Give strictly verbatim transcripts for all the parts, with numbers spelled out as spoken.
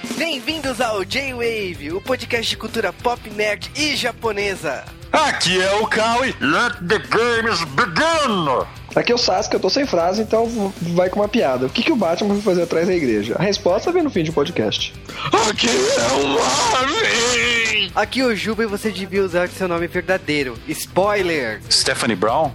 Bem-vindos ao J-Wave, o podcast de cultura pop, nerd e japonesa. Aqui é o Kawi. Let the games begin! Aqui é o Sasuke, eu tô sem frase, então vai com uma piada. O que, que o Batman foi fazer atrás da igreja? A resposta vem no fim do podcast. Aqui é o Marvin! Aqui é o Juba e você devia usar seu nome verdadeiro. Spoiler! Stephanie Brown?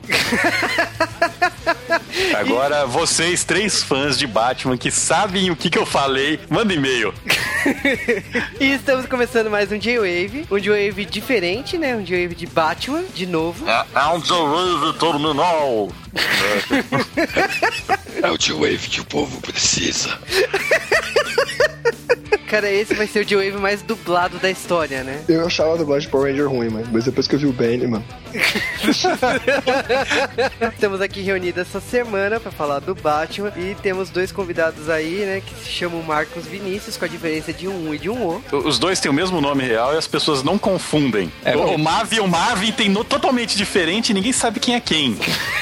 Agora, vocês, três fãs de Batman que sabem o que, que eu falei, manda e-mail. E estamos começando mais um J-Wave, um J-Wave diferente, né? Um J-Wave de Batman, de novo. É, é um J-Wave terminal. É o J-Wave que o povo precisa. Cara, esse vai ser o J-Wave mais dublado da história, né? Eu achava a dublagem de Power Ranger ruim, mano. Mas depois que eu vi o Bane, mano... Estamos aqui reunidos essa semana pra falar do Batman. E temos dois convidados aí, né? Que se chamam Marcos Vinícius, com a diferença de um U e de um O. Os dois têm o mesmo nome real e as pessoas não confundem. É, o, o Marvin e o Marvin tem no, totalmente diferente e ninguém sabe quem é quem.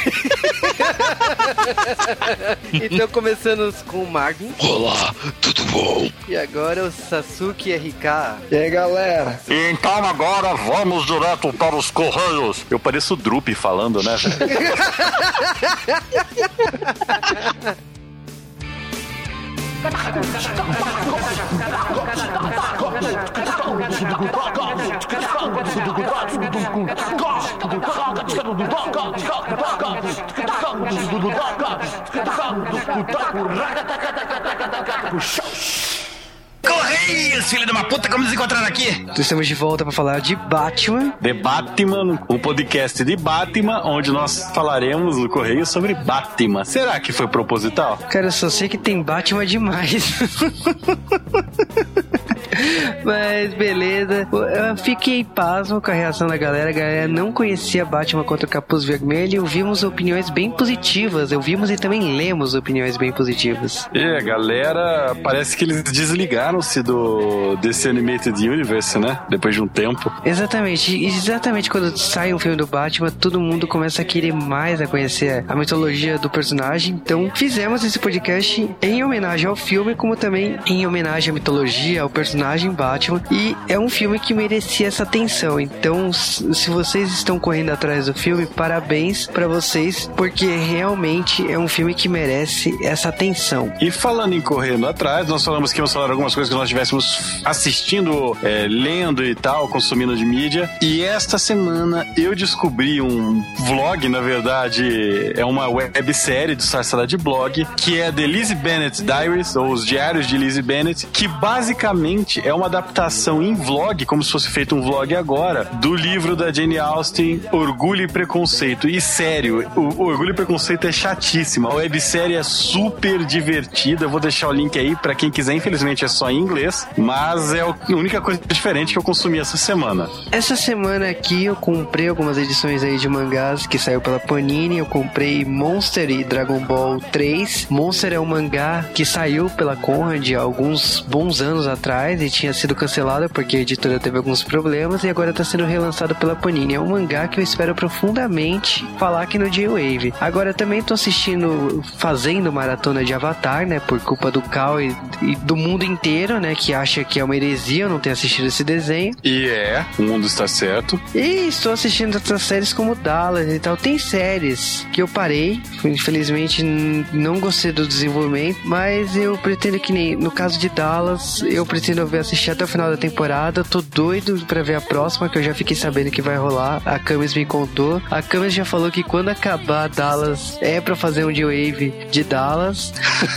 Então, começando com o Marvin. Olá, tudo bom? E agora o Sasuke R K. E aí, galera? E então agora vamos direto para os Correios. Eu pareço o Drupi falando, né, velho? Correios, filho de uma puta, como nos encontraram aqui? Estamos de volta para falar de Batman. The Batman, o podcast de Batman, onde nós falaremos no Correio sobre Batman. Será que foi proposital? Cara, eu só sei que tem Batman demais. Mas beleza. Eu fiquei pasmo com a reação da galera. A galera não conhecia Batman contra o Capuz Vermelho. Ouvimos opiniões bem positivas. Ouvimos e também lemos opiniões bem positivas. É, a galera, parece que eles desligaram-se do desse Animated Universe, né? Depois de um tempo. Exatamente. Exatamente quando sai um filme do Batman, todo mundo começa a querer mais a conhecer a mitologia do personagem. Então fizemos esse podcast em homenagem ao filme, como também em homenagem à mitologia, ao personagem Batman, e é um filme que merecia essa atenção. Então, se vocês estão correndo atrás do filme, parabéns pra vocês, porque realmente é um filme que merece essa atenção. E falando em correndo atrás, nós falamos que íamos falar algumas coisas que nós estivéssemos assistindo, é, lendo e tal, consumindo de mídia, e esta semana eu descobri um vlog, na verdade é uma websérie disfarçada de blog, que é The Lizzie Bennet Diaries, ou Os Diários de Lizzie Bennet, que basicamente é uma adaptação em vlog, como se fosse feito um vlog agora, do livro da Jane Austen, Orgulho e Preconceito. E sério, o Orgulho e Preconceito é chatíssimo. A websérie é super divertida. Eu vou deixar o link aí pra quem quiser. Infelizmente é só em inglês, mas é a única coisa diferente que eu consumi essa semana. Essa semana aqui eu comprei algumas edições aí de mangás que saiu pela Panini. Eu comprei Monster e Dragon Ball três. Monster é um mangá que saiu pela Conrad há alguns bons anos atrás e tinha sido cancelado porque a editora teve alguns problemas e agora está sendo relançado pela Panini. É um mangá que eu espero profundamente falar aqui no J-Wave. Agora também tô assistindo, fazendo maratona de Avatar, né, por culpa do Cal e, e do mundo inteiro, né, que acha que é uma heresia eu não ter assistido esse desenho. E é, o mundo está certo. E estou assistindo outras séries como Dallas e tal. Tem séries que eu parei, infelizmente não gostei do desenvolvimento, mas eu pretendo que nem, no caso de Dallas, eu pretendo ver, assistir até o final da temporada. Tô doido pra ver a próxima, que eu já fiquei sabendo que vai rolar. A Camis me contou. A Camis já falou que quando acabar Dallas é pra fazer um J-Wave de Dallas.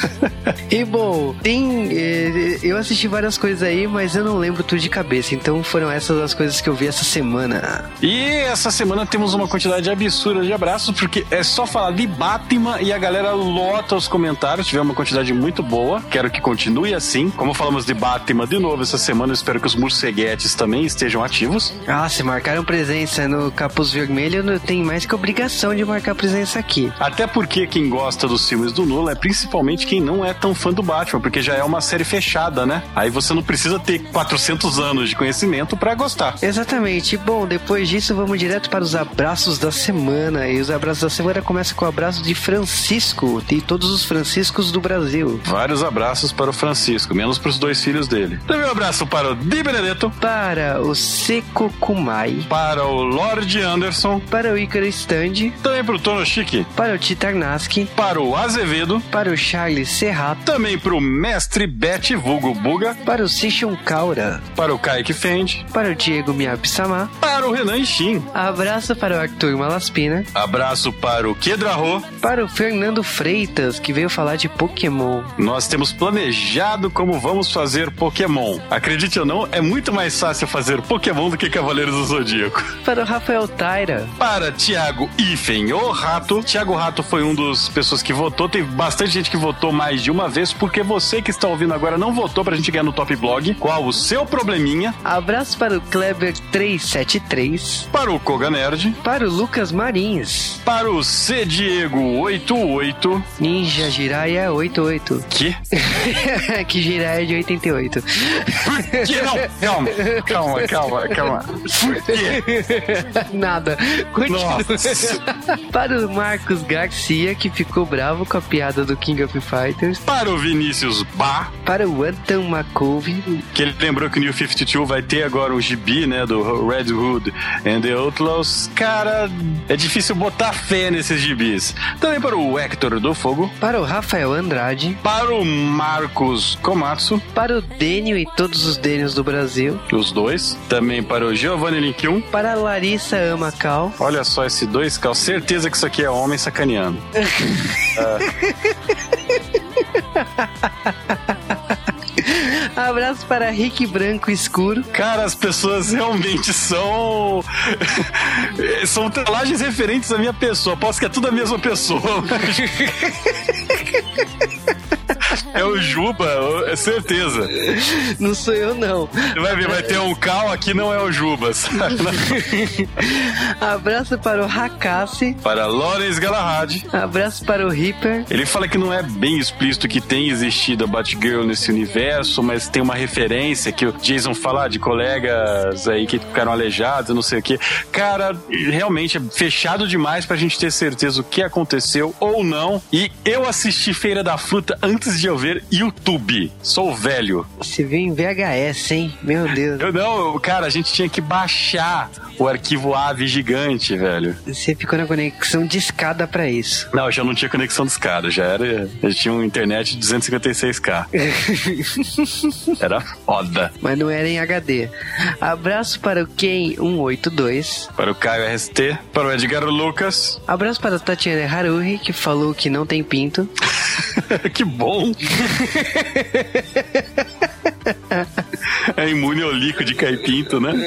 E bom, tem eh, eu assisti várias coisas aí, mas eu não lembro tudo de cabeça. Então foram essas as coisas que eu vi essa semana. E essa semana temos uma quantidade absurda de abraços, porque é só falar de Batman e a galera lota os comentários. Tivemos uma quantidade muito boa. Quero que continue assim. Como falamos de Batman de novo, ovo essa semana. Eu espero que os morceguetes também estejam ativos. Ah, se marcaram presença no Capuz Vermelho, não tem mais que obrigação de marcar presença aqui. Até porque quem gosta dos filmes do Nolan é principalmente quem não é tão fã do Batman, porque já é uma série fechada, né? Aí você não precisa ter quatrocentos anos de conhecimento pra gostar. Exatamente. Bom, depois disso vamos direto para os abraços da semana. E os abraços da semana começam com o abraço de Francisco, de todos os Franciscos do Brasil. Vários abraços para o Francisco, menos para os dois filhos dele. Também um abraço para o Di Benedetto, para o Seco Kumai, para o Lord Anderson, para o Ícaro Stand, também para o Tono Chique, para o Titarnaski, para o Azevedo, para o Charles Serrato, também para o Mestre Bete Vulgo Buga, para o Sichon Kaura, para o Kaique Fend, para o Diego Miyabi-sama, para o Renan Shin, abraço para o Arthur Malaspina, abraço para o Kedraro, para o Fernando Freitas, que veio falar de Pokémon. Nós temos planejado como vamos fazer Pokémon. Acredite ou não, é muito mais fácil fazer Pokémon do que Cavaleiros do Zodíaco. Para o Rafael Taira. Para Thiago Ifen, o Rato. Thiago Rato foi um dos pessoas que votou. Tem bastante gente que votou mais de uma vez, porque você que está ouvindo agora não votou pra gente ganhar no Top Blog. Qual o seu probleminha? Abraço para o Kleber trezentos e setenta e três. Para o Koga Nerd. Para o Lucas Marins. Para o C Diego oitenta e oito. Ninja Jiraiya oitenta e oito. Que? Que Jiraiya é de oitenta e oito. Por que não? Calma, calma, calma, calma. Por quê? Nada. Continua. Nossa. Para o Marcos Garcia, que ficou bravo com a piada do King of Fighters. Para o Vinícius Bá. Para o Anton McCovey. Que ele lembrou que o New cinquenta e dois vai ter agora um gibi, né, do Red Hood and the Outlaws. Cara, é difícil botar fé nesses gibis. Também para o Hector do Fogo. Para o Rafael Andrade. Para o Marcos Komatsu. Para o Dênio e todos os Dênios do Brasil. Os dois. Também para o Giovanni Linkyun. Para a Larissa Amacal. Olha só esse dois cal. Certeza que isso aqui é homem sacaneando. Abraço para Rick Branco Escuro. Cara, as pessoas realmente são... são telagens referentes à minha pessoa. Posso que é tudo a mesma pessoa. É o Juba, é certeza. Não sou eu, não. Você vai ver, vai ter um cal aqui, não é o Juba. Abraço para o Hakassi. Para Lawrence Galahad. Abraço para o Reaper. Ele fala que não é bem explícito que tem existido a Batgirl nesse universo, mas tem uma referência que o Jason fala de colegas aí que ficaram aleijados, não sei o que. Cara, realmente é fechado demais pra gente ter certeza o que aconteceu ou não. E eu assisti Feira da Fruta antes de eu ver YouTube. Sou velho. Você viu em V H S, hein? Meu Deus. Eu não, cara, a gente tinha que baixar o arquivo A V I gigante, velho. Você ficou na conexão de escada pra isso. Não, eu já não tinha conexão de escada, já era... Eu tinha uma internet de duzentos e cinquenta e seis K. Era foda. Mas não era em H D. Abraço para o Ken cento e oitenta e dois. Para o Caio R S T. Para o Edgar Lucas. Abraço para a Tatiana Haruhi, que falou que não tem pinto. Que bom. É imune ao líquido de caipinto, né?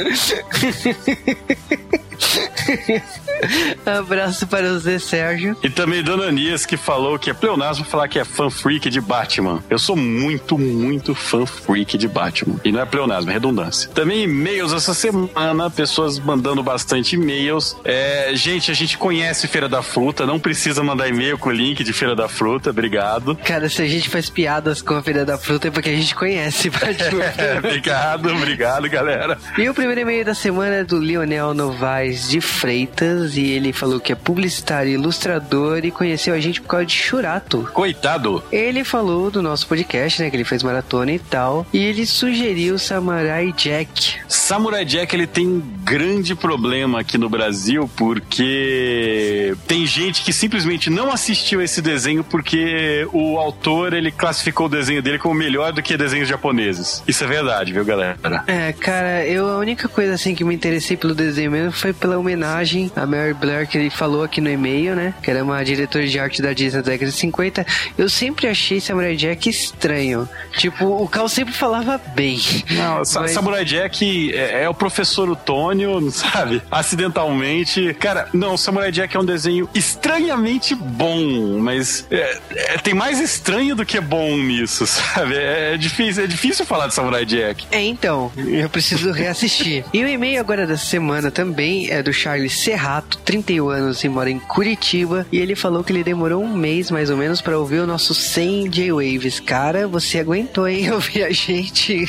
Abraço para o Zé Sérgio. E também Dona Anias, que falou que é pleonasmo falar que é fã freak de Batman. Eu sou muito, muito fã freak de Batman. E não é pleonasmo, é redundância. Também e-mails essa semana, pessoas mandando bastante e-mails. É, gente, a gente conhece Feira da Fruta, não precisa mandar e-mail com o link de Feira da Fruta, obrigado. Cara, se a gente faz piadas com a Feira da Fruta é porque a gente conhece Batman. É, obrigado, obrigado, galera. E o primeiro e-mail da semana é do Leonel Novaes de Freitas, e ele falou que é publicitário e ilustrador e conheceu a gente por causa de Churato. Coitado. Ele falou do nosso podcast, né, que ele fez maratona e tal, e ele sugeriu Samurai Jack. Samurai Jack, ele tem um grande problema aqui no Brasil, porque tem gente que simplesmente não assistiu esse desenho porque o autor, ele classificou o desenho dele como melhor do que desenhos japoneses. Isso é verdade, viu, galera? É, cara, eu a única coisa assim que me interessei pelo desenho mesmo foi pela homenagem homenagem a Mary Blair, que ele falou aqui no e-mail, né? Que era uma diretora de arte da Disney da década de cinquenta. Eu sempre achei Samurai Jack estranho. Tipo, o Cal sempre falava bem. Não, mas... Samurai Jack é, é o professor Otônio, sabe? Acidentalmente. Cara, não, Samurai Jack é um desenho estranhamente bom, mas é, é, tem mais estranho do que bom nisso, sabe? É, é, difícil, é difícil falar de Samurai Jack. É, então, eu preciso reassistir. E o e-mail agora da semana também é do Charles Serrato, trinta e um anos e mora em Curitiba, e ele falou que ele demorou um mês mais ou menos pra ouvir o nosso cem J-Waves. Cara, você aguentou, hein, ouvir a gente.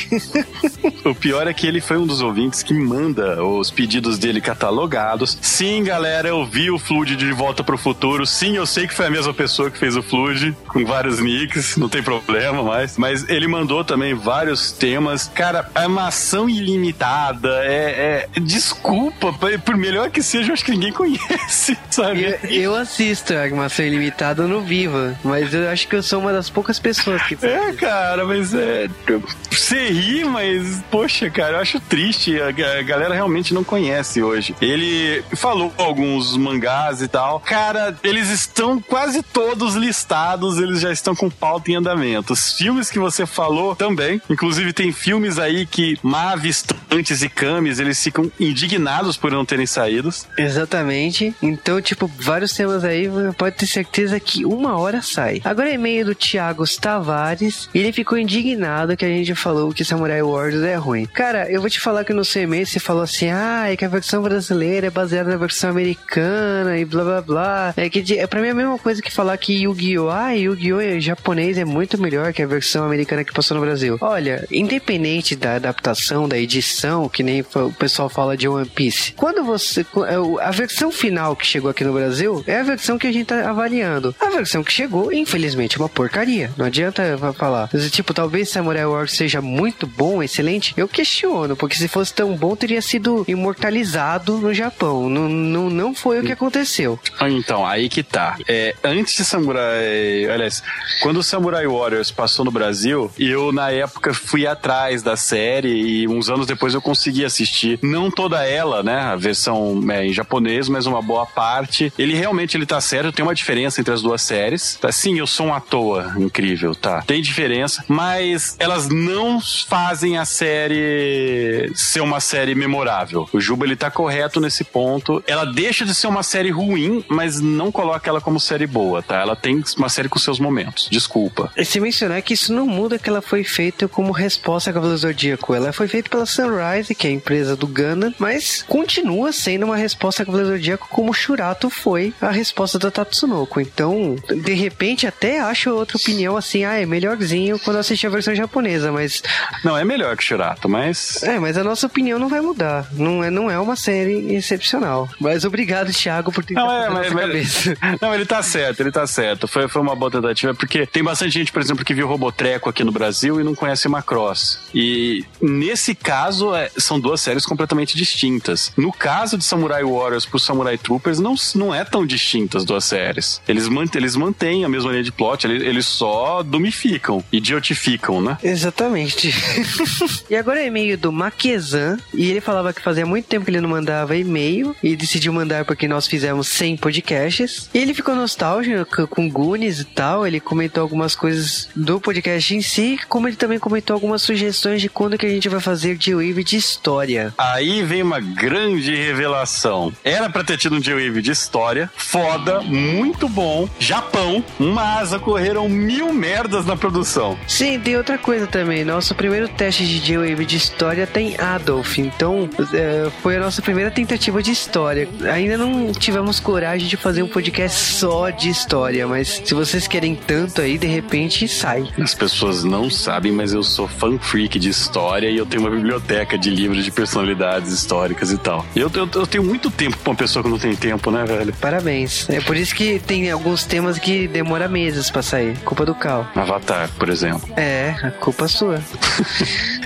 O pior é que ele foi um dos ouvintes que manda os pedidos dele catalogados. Sim, galera, eu vi o Flood de Volta pro Futuro. Sim, eu sei que foi a mesma pessoa que fez o Flood, com vários nicks, não tem problema mais. Mas ele mandou também vários temas. Cara, Armação Ilimitada, é... é desculpa, por melhor que seja, eu acho que ninguém conhece, sabe? Eu, eu assisto a Armação Ilimitada no Viva, mas eu acho que eu sou uma das poucas pessoas que... É, cara, mas é... Você ri, mas... Poxa, cara, eu acho triste. A, a galera realmente não conhece hoje. Ele falou alguns mangás e tal. Cara, eles estão quase todos listados, eles já estão com pauta em andamento. Os filmes que você falou também. Inclusive, tem filmes aí que Mavis, Tantes e Camis, eles ficam indignados por não terem saído. Exatamente. Então, tipo, vários temas aí, pode ter certeza que uma hora sai. Agora é e-mail do Thiago Tavares, e ele ficou indignado que a gente falou que Samurai Warriors é ruim. Cara, eu vou te falar que no seu e-mail você falou assim, ah, é que a versão brasileira é baseada na versão americana e blá blá blá. É que é, pra mim é a mesma coisa que falar que Yu-Gi-Oh! Ah, Yu-Gi-Oh! Japonês é muito melhor que a versão americana que passou no Brasil. Olha, independente da adaptação, da edição, que nem o pessoal fala de One Piece, quando você... A versão final que chegou aqui no Brasil é a versão que a gente tá avaliando. A versão que chegou, infelizmente, é uma porcaria. Não adianta falar. Tipo, talvez Samurai Warriors seja muito bom, excelente. Eu questiono, porque se fosse tão bom, teria sido imortalizado no Japão. Não, não, não foi o que aconteceu. Então, aí que tá. É, antes de Samurai... Aliás, quando o Samurai Warriors passou no Brasil, eu, na época, fui atrás da série e uns anos depois eu consegui assistir. Não toda ela, né? A versão é, em japonês, mas uma boa parte. Ele realmente, ele tá certo. Tem uma diferença entre as duas séries. Tá? Sim, eu sou um à toa incrível, tá? Tem diferença, mas elas não fazem a série ser uma série memorável. O Juba, ele tá correto nesse ponto. Ela deixa de ser uma série ruim, mas não coloca ela como série boa, tá? Ela tem uma série com seus momentos. Desculpa. E se mencionar que isso não muda que ela foi feita como resposta a Cavaleiro Zodíaco. Ela foi feita pela Sunrise, que é a empresa do Gundam, mas continua sendo uma resposta a Cavaleiro Zodíaco como Shurato foi a resposta da Tatsunoko. Então, de repente, até acho outra opinião assim, ah, é melhorzinho quando eu assisti a versão japonesa, mas... Não, é melhor que Shurato, mas... É, mas a nossa opinião não vai mudar. Não é, não é uma série excepcional. Mas obrigado, Thiago, por ter não, é, mas, nossa mas, cabeça. Não, ele tá certo, ele tá certo. Foi, foi uma boa tentativa, porque tem bastante gente, por exemplo, que viu Robotreco aqui no Brasil e não conhece Macross. E nesse caso, é, são duas séries completamente distintas. No caso de Samurai Warriors pro Samurai Troopers, não, não é tão distintas as duas séries. Eles, mant, eles mantêm a mesma linha de plot, eles, eles só dumificam, idiotificam, né? Exatamente. E agora é e-mail do Maquezan, e ele falava que fazia muito tempo que ele não mandava e-mail, e decidiu mandar porque nós fizemos cem podcasts. E ele ficou nostálgico com Goonies e tal, ele comentou algumas coisas do podcast em si, como ele também comentou algumas sugestões de quando que a gente vai fazer J-Wave de história. Aí vem uma grande revelação. Era pra ter tido um J-Wave de história, foda, muito bom, Japão, mas ocorreram mil merdas na produção. Sim, tem outra coisa também, nosso primeiro teste de J-Wave de história tem Adolf, então é, foi a nossa primeira tentativa de história. Ainda não tivemos coragem de fazer um podcast só de história, mas se vocês querem tanto aí, de repente sai. As pessoas não sabem, mas eu sou fan freak de história e eu tenho uma biblioteca de livros de personalidades históricas e tal. Eu, eu, eu tenho muito tempo pra uma pessoa que não tem tempo, né, velho? Parabéns. É por isso que tem alguns temas que demora meses pra sair. Culpa do Cal. Avatar, por exemplo. É, a culpa sua.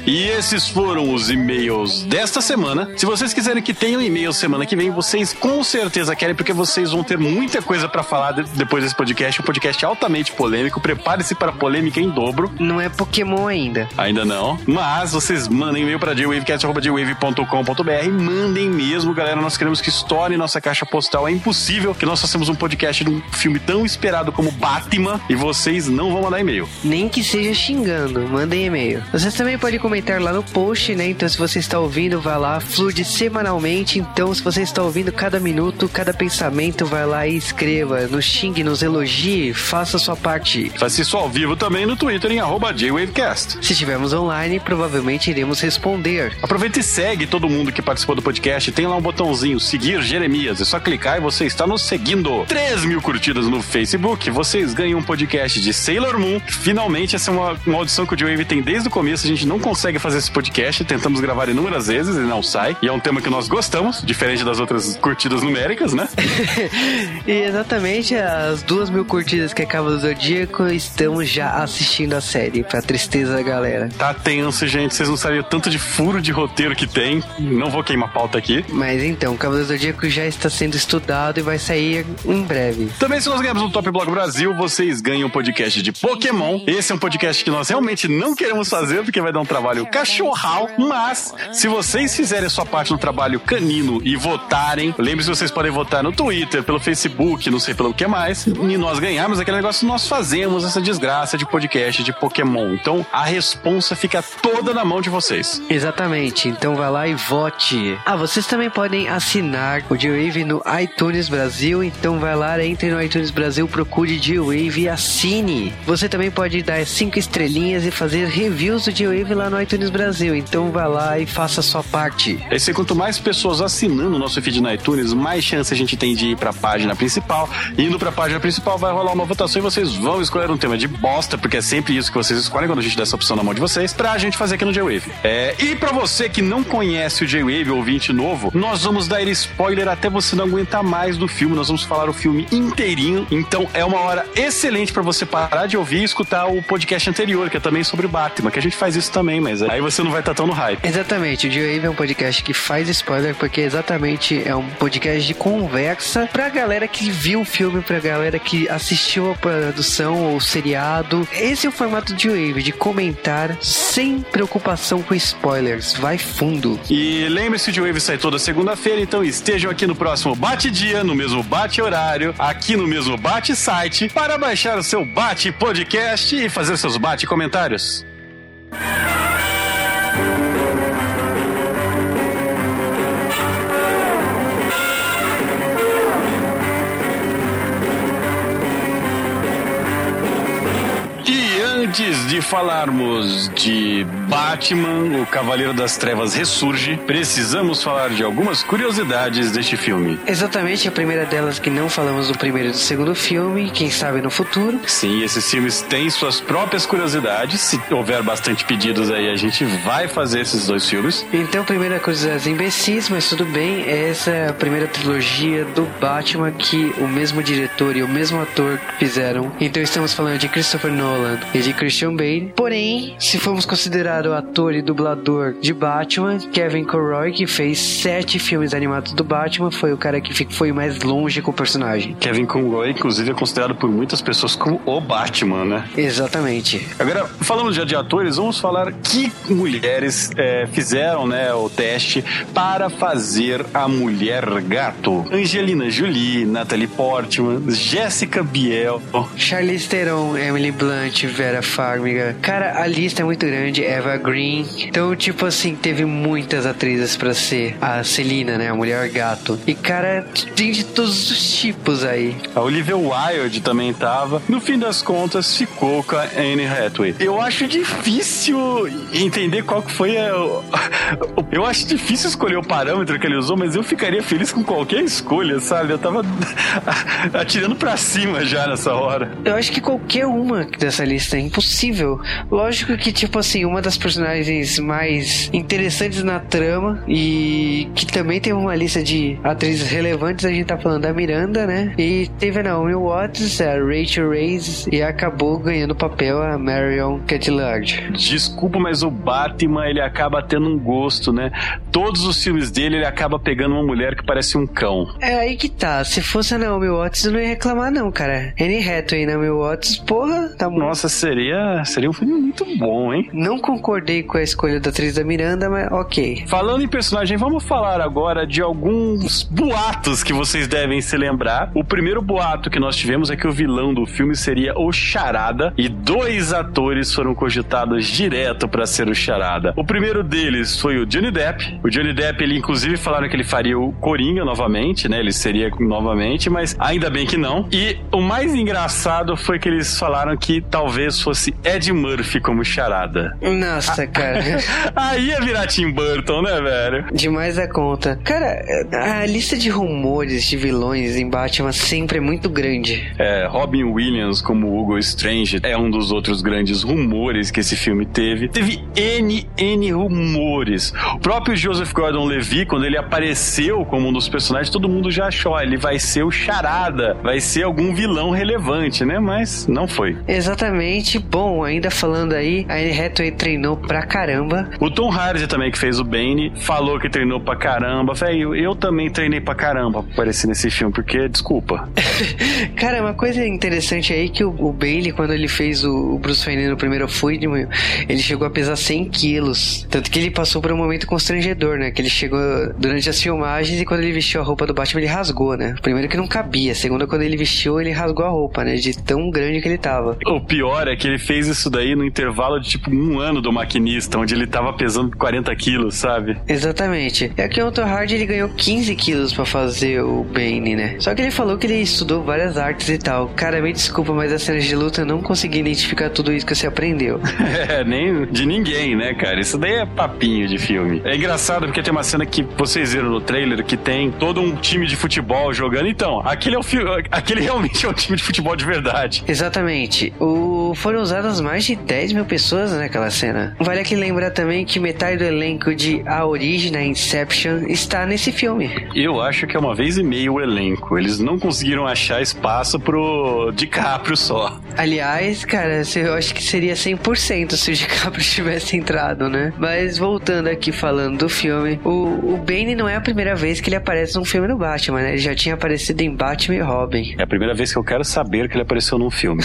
E esses foram os e-mails desta semana. Se vocês quiserem que tenha um e-mail semana que vem, vocês com certeza querem, porque vocês vão ter muita coisa pra falar de, depois desse podcast. Um podcast altamente polêmico. Prepare-se para polêmica em dobro. Não é Pokémon ainda. Ainda não. Mas vocês mandem e-mail pra j wavecast arroba j wave ponto com ponto b r. Mandem mesmo, galera. Nós queremos que estoure nossa caixa postal. É impossível que nós façamos um podcast de um filme tão esperado como Batman e vocês não vão mandar e-mail. Nem que seja xingando, mandem e-mail. Vocês também podem comentar lá no post, né? Então, se você está ouvindo, vai lá, flude semanalmente. Então, se você está ouvindo cada minuto, cada pensamento, vai lá e escreva, nos xingue, nos elogie, faça a sua parte. Faça isso ao vivo também no Twitter em arroba j wavecast. Se estivermos online, provavelmente iremos responder. Aproveita e segue todo mundo que participou do podcast. Tem lá um botãozinho, seguir Jeremias. É só clicar e você está nos seguindo. três mil curtidas no Facebook. Vocês ganham um podcast de Sailor Moon. Finalmente, essa é uma, uma audição que o J-Wave tem desde o começo. A gente não consegue fazer esse podcast. Tentamos gravar inúmeras vezes e não sai. E é um tema que nós gostamos, diferente das outras curtidas numéricas, né? E exatamente as duas mil curtidas que acabam do Zodíaco, estamos já assistindo a série, pra tristeza da galera. Tá tenso, gente. Vocês não sabem o tanto de furo de roteiro que tem. Não vou queimar pauta aqui. Mas então, o Cavaleiro do Zodíaco já está sendo estudado e vai sair em breve. Também, se nós ganharmos no Top Blog Brasil, vocês ganham um podcast de Pokémon. Esse é um podcast que nós realmente não queremos fazer, porque vai dar um trabalho cachorral. Mas, se vocês fizerem a sua parte no trabalho canino e votarem, lembre-se que vocês podem votar no Twitter, pelo Facebook, não sei pelo que mais, e nós ganharmos aquele negócio, nós fazemos essa desgraça de podcast de Pokémon. Então, a responsa fica toda na mão de vocês. Exatamente. Então, vai lá e vote. Ah, vocês também podem assinar o J-Wave no iTunes Brasil. Então, vai lá, entre no iTunes Brasil, procure J-Wave e assine. Você também pode dar cinco estrelinhas e fazer reviews do J-Wave lá no iTunes Brasil. Então, vai lá e faça a sua parte. Esse, quanto mais pessoas assinando o nosso feed no iTunes, mais chance a gente tem de ir pra página principal. Indo pra página principal, vai rolar uma votação e vocês vão escolher um tema de bosta, porque é sempre isso que vocês escolhem quando a gente dá essa opção na mão de vocês, pra gente fazer aqui no J-Wave. É, e pra você que não conhece o J-Wave, ouvinte novo, nós vamos dar spoiler até você não aguentar mais do filme. Nós vamos falar o filme inteirinho. Então é uma hora excelente pra você parar de ouvir e escutar o podcast anterior, que é também sobre o Batman, que a gente faz isso também, mas aí você não vai estar tão no hype. Exatamente, o J-Wave é um podcast que faz spoiler, porque exatamente é um podcast de conversa pra galera que viu o filme, pra galera que assistiu a produção ou o seriado. Esse é o formato do J-Wave, de comentar sem preocupação com spoilers. Vai fundo. E lembre-se, o J-Wave sai toda segunda-feira, então estejam aqui no próximo Bate-Dia, no mesmo Bate-Horário, aqui no mesmo Bate-Site, para baixar o seu Bate-Podcast e fazer seus Bate-Comentários. Antes de falarmos de Batman, o Cavaleiro das Trevas ressurge, precisamos falar de algumas curiosidades deste filme. Exatamente, a primeira delas que não falamos do primeiro e do segundo filme, quem sabe no futuro. Sim, esses filmes têm suas próprias curiosidades. Se houver bastante pedidos aí, a gente vai fazer esses dois filmes. Então, primeira curiosidade imbecis, mas tudo bem, essa é a primeira trilogia do Batman que o mesmo diretor e o mesmo ator fizeram. Então estamos falando de Christopher Nolan e de Christian Bale. Porém, se formos considerar o ator e dublador de Batman, Kevin Conroy, que fez sete filmes animados do Batman, foi o cara que foi mais longe com o personagem. Kevin Conroy, inclusive, é considerado por muitas pessoas como o Batman, né? Exatamente. Agora, falando já de atores, vamos falar que mulheres é, fizeram, né, o teste para fazer a Mulher Gato. Angelina Jolie, Natalie Portman, Jessica Biel, Charlize Theron, Emily Blunt, Vera Farmiga. Cara, a lista é muito grande. Eva Green. Então, tipo assim, teve muitas atrizes pra ser a Selina, né? A Mulher Gato. E, cara, tem de todos os tipos aí. A Olivia Wilde também tava. No fim das contas, ficou com a Anne Hathaway. Eu acho difícil entender qual que foi a... Eu acho difícil escolher o parâmetro que ele usou, mas eu ficaria feliz com qualquer escolha, sabe? Eu tava atirando pra cima já nessa hora. Eu acho que qualquer uma dessa lista, impossível. Lógico que, tipo assim, uma das personagens mais interessantes na trama e que também tem uma lista de atrizes relevantes, a gente tá falando da Miranda, né? E teve a Naomi Watts, a Rachel Weisz e acabou ganhando o papel a Marion Cotillard. Desculpa, mas o Batman, ele acaba tendo um gosto, né? Todos os filmes dele, ele acaba pegando uma mulher que parece um cão. É aí que tá. Se fosse a Naomi Watts, eu não ia reclamar não, cara. Anne Hathaway e Naomi Watts, porra, tá muito... Nossa, seria, seria um filme muito bom, hein? Não concordei com a escolha da atriz da Miranda, mas ok. Falando em personagem, vamos falar agora de alguns boatos que vocês devem se lembrar. O primeiro boato que nós tivemos é que o vilão do filme seria o Charada, e dois atores foram cogitados direto pra ser o Charada. O primeiro deles foi o Johnny Depp. O Johnny Depp, ele inclusive falaram que ele faria o Coringa novamente, né? Ele seria novamente, mas ainda bem que não. E o mais engraçado foi que eles falaram que talvez fosse Ed Murphy como Charada. Nossa, cara. Aí ia virar Tim Burton, né, velho? Demais a conta. Cara, a lista de rumores de vilões em Batman sempre é muito grande. É, Robin Williams como Hugo Strange é um dos outros grandes rumores que esse filme teve. Teve N, N rumores. O próprio Joseph Gordon-Levitt, quando ele apareceu como um dos personagens, todo mundo já achou, ó, ele vai ser o Charada, vai ser algum vilão relevante, né? Mas não foi. Exatamente. Bom, ainda falando aí, a Anne Hathaway treinou pra caramba. O Tom Hardy também, que fez o Bane, falou que treinou pra caramba. Velho, eu também treinei pra caramba pra aparecer nesse filme, porque, desculpa. Cara, uma coisa interessante aí que o, o Bane, quando ele fez o, o Bruce Wayne no primeiro Freedom, ele chegou a pesar cem quilos. Tanto que ele passou por um momento constrangedor, né? Que ele chegou durante as filmagens e quando ele vestiu a roupa do Batman, ele rasgou, né? Primeiro que não cabia. Segundo, quando ele vestiu, ele rasgou a roupa, né? De tão grande que ele tava. O pior é que ele fez isso daí no intervalo de tipo um ano do Maquinista, onde ele tava pesando quarenta quilos, sabe? Exatamente. É que o Tom Hardy, ele ganhou quinze quilos pra fazer o Bane, né? Só que ele falou que ele estudou várias artes e tal. Cara, me desculpa, mas as cenas de luta eu não consegui identificar tudo isso que você aprendeu. É, nem de ninguém, né, cara? Isso daí é papinho de filme. É engraçado porque tem uma cena que vocês viram no trailer que tem todo um time de futebol jogando. Então, aquele é o fi- aquele realmente é um time de futebol de verdade. Exatamente. O... Foram usadas mais de dez mil pessoas naquela cena. Vale aqui lembrar também que metade do elenco de A Origem, a Inception, está nesse filme. Eu acho que é uma vez e meia o elenco. Eles não conseguiram achar espaço pro DiCaprio só. Aliás, cara, eu acho que seria cem por cento se o DiCaprio tivesse entrado, né? Mas voltando aqui falando do filme, o, o Bane não é a primeira vez que ele aparece num filme do Batman, né? Ele já tinha aparecido em Batman e Robin. É a primeira vez que eu quero saber que ele apareceu num filme.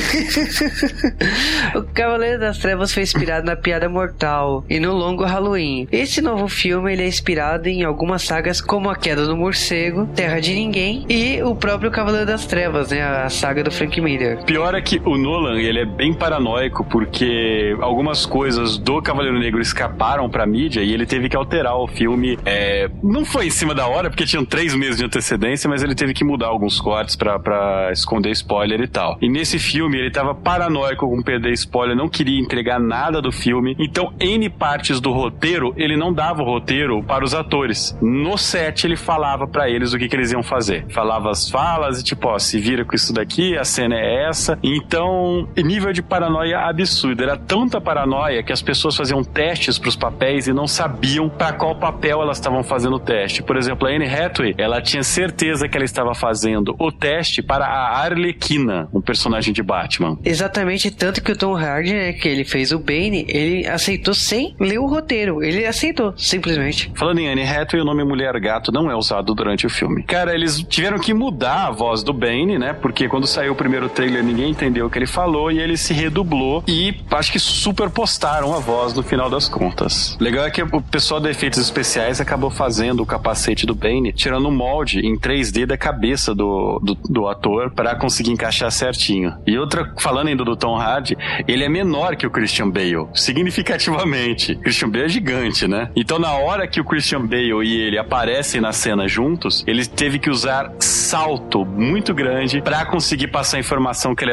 O Cavaleiro das Trevas foi inspirado na Piada Mortal e no longo Halloween. Esse novo filme, ele é inspirado em algumas sagas como A Queda do Morcego, Terra de Ninguém e o próprio Cavaleiro das Trevas, né? A saga do Frank Miller. Pior é que o Nolan, ele é bem paranoico porque algumas coisas do Cavaleiro Negro escaparam pra mídia e ele teve que alterar o filme. É, não foi em cima da hora, porque tinham três meses de antecedência, mas ele teve que mudar alguns cortes pra, pra esconder spoiler e tal. E nesse filme, ele tava paranoico com perder spoiler, não queria entregar nada do filme, então N partes do roteiro, ele não dava o roteiro para os atores. No set, ele falava pra eles o que, que eles iam fazer. Falava as falas e tipo, ó, se vira com isso daqui, a cena é essa. Então, nível de paranoia absurdo. Era tanta paranoia que as pessoas faziam testes pros papéis e não sabiam pra qual papel elas estavam fazendo o teste. Por exemplo, a Anne Hathaway, ela tinha certeza que ela estava fazendo o teste para a Arlequina, um personagem de Batman. Exatamente, tanto que o Tom Hardy, né, que ele fez o Bane, ele aceitou sem ler o roteiro. Ele aceitou, simplesmente. Falando em Anne Hathaway, o nome Mulher Gato não é usado durante o filme. Cara, eles tiveram que mudar a voz do Bane, né, porque quando saiu o primeiro trailer, ninguém entendeu o que ele falou e ele se redublou e acho que superpostaram a voz no final das contas. Legal é que o pessoal de efeitos especiais acabou fazendo o capacete do Bane, tirando um molde em três D da cabeça do, do, do ator para conseguir encaixar certinho. E outra, falando ainda do Tom Hardy, ele é menor que o Christian Bale, significativamente. Christian Bale é gigante, né? Então na hora que o Christian Bale e ele aparecem na cena juntos, ele teve que usar salto muito grande para conseguir passar a informação que ele era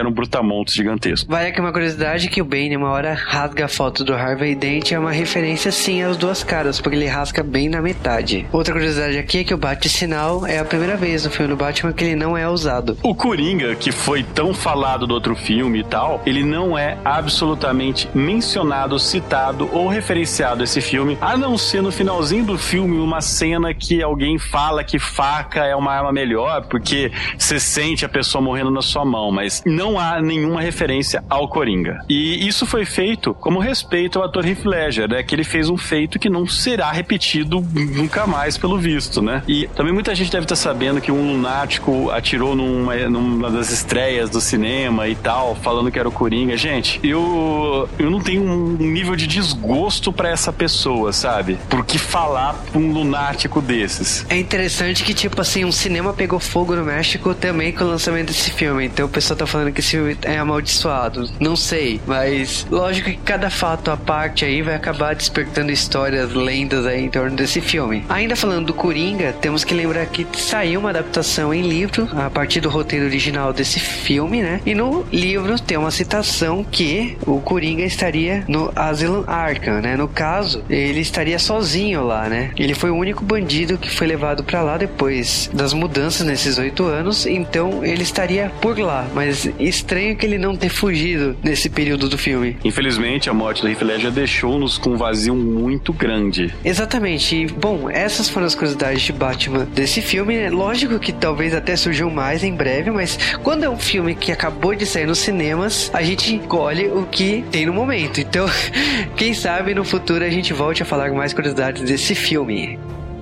era um brutamontes gigantesco. Vai aqui uma curiosidade que o Bane, uma hora, rasga a foto do Harvey Dent, é uma referência sim às duas caras, porque ele rasga bem na metade. Outra curiosidade aqui é que o bate-sinal é a primeira vez no filme do Batman que ele não é usado. O Coringa, que foi tão falado do outro filme e tal, ele não é absolutamente mencionado, citado ou referenciado esse filme, a não ser no finalzinho do filme uma cena que alguém fala que faca é uma arma melhor, porque você sente a pessoa morrendo na sua mão, mas não há nenhuma referência ao Coringa. E isso foi feito como respeito ao ator Heath Ledger, né? Que ele fez um feito que não será repetido nunca mais, pelo visto, né? E também muita gente deve estar sabendo que um lunático atirou numa, numa das estreias do cinema e tal, falando que era o Coringa. Gente, eu, eu não tenho um nível de desgosto pra essa pessoa, sabe? Por que falar pra um lunático desses? É interessante que, tipo assim, um cinema pegou fogo no México também com o lançamento desse filme. Então o pessoal tá falando que esse filme é amaldiçoado. Não sei, mas lógico que cada fato à parte aí vai acabar despertando histórias, lendas aí em torno desse filme. Ainda falando do Coringa, temos que lembrar que saiu uma adaptação em livro a partir do roteiro original desse filme, né? E no livro tem uma citação que o Coringa estaria no Asylum Arkham, né? No caso, ele estaria sozinho lá, né? Ele foi o único bandido que foi levado pra lá depois das mudanças nesses oito anos, então ele estaria por lá. Mas estranho que ele não ter fugido nesse período do filme. Infelizmente, a morte do Heath Ledger deixou-nos com um vazio muito grande. Exatamente. E, bom, essas foram as curiosidades de Batman desse filme, né? Lógico que talvez até surjam mais em breve, mas quando é um filme que acabou de sair nos cinemas, a gente colhe o que tem no momento. Então, quem sabe no futuro a gente volte a falar mais curiosidades desse filme.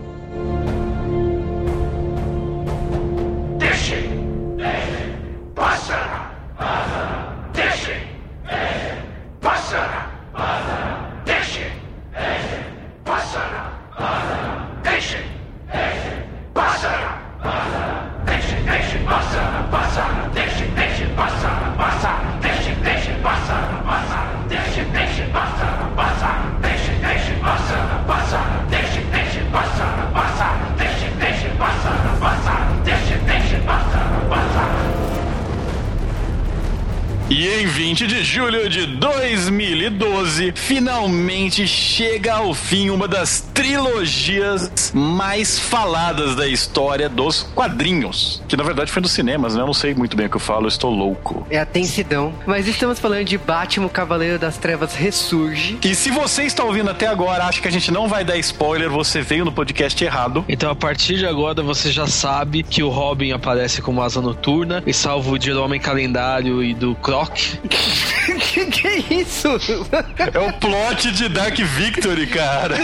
E em vinte de julho de dois mil e doze, finalmente chega ao fim uma das trilogias mais faladas da história dos quadrinhos. Que na verdade foi dos cinemas, né? Eu não sei muito bem o que eu falo, eu estou louco. É a tensidão. Mas estamos falando de Batman, o Cavaleiro das Trevas Ressurge. E se você está ouvindo até agora, acha que a gente não vai dar spoiler, você veio no podcast errado. Então a partir de agora você já sabe que o Robin aparece como Asa Noturna e salva o dia do Homem Calendário e do Croc. que que é isso? É o plot de Dark Victory, cara.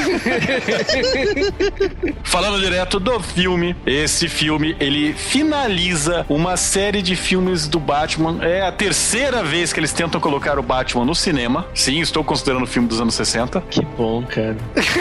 Falando direto do filme, esse filme, ele finaliza uma série de filmes do Batman. É a terceira vez que eles tentam colocar o Batman no cinema. Sim, estou considerando o filme dos anos sessenta. Que bom, cara.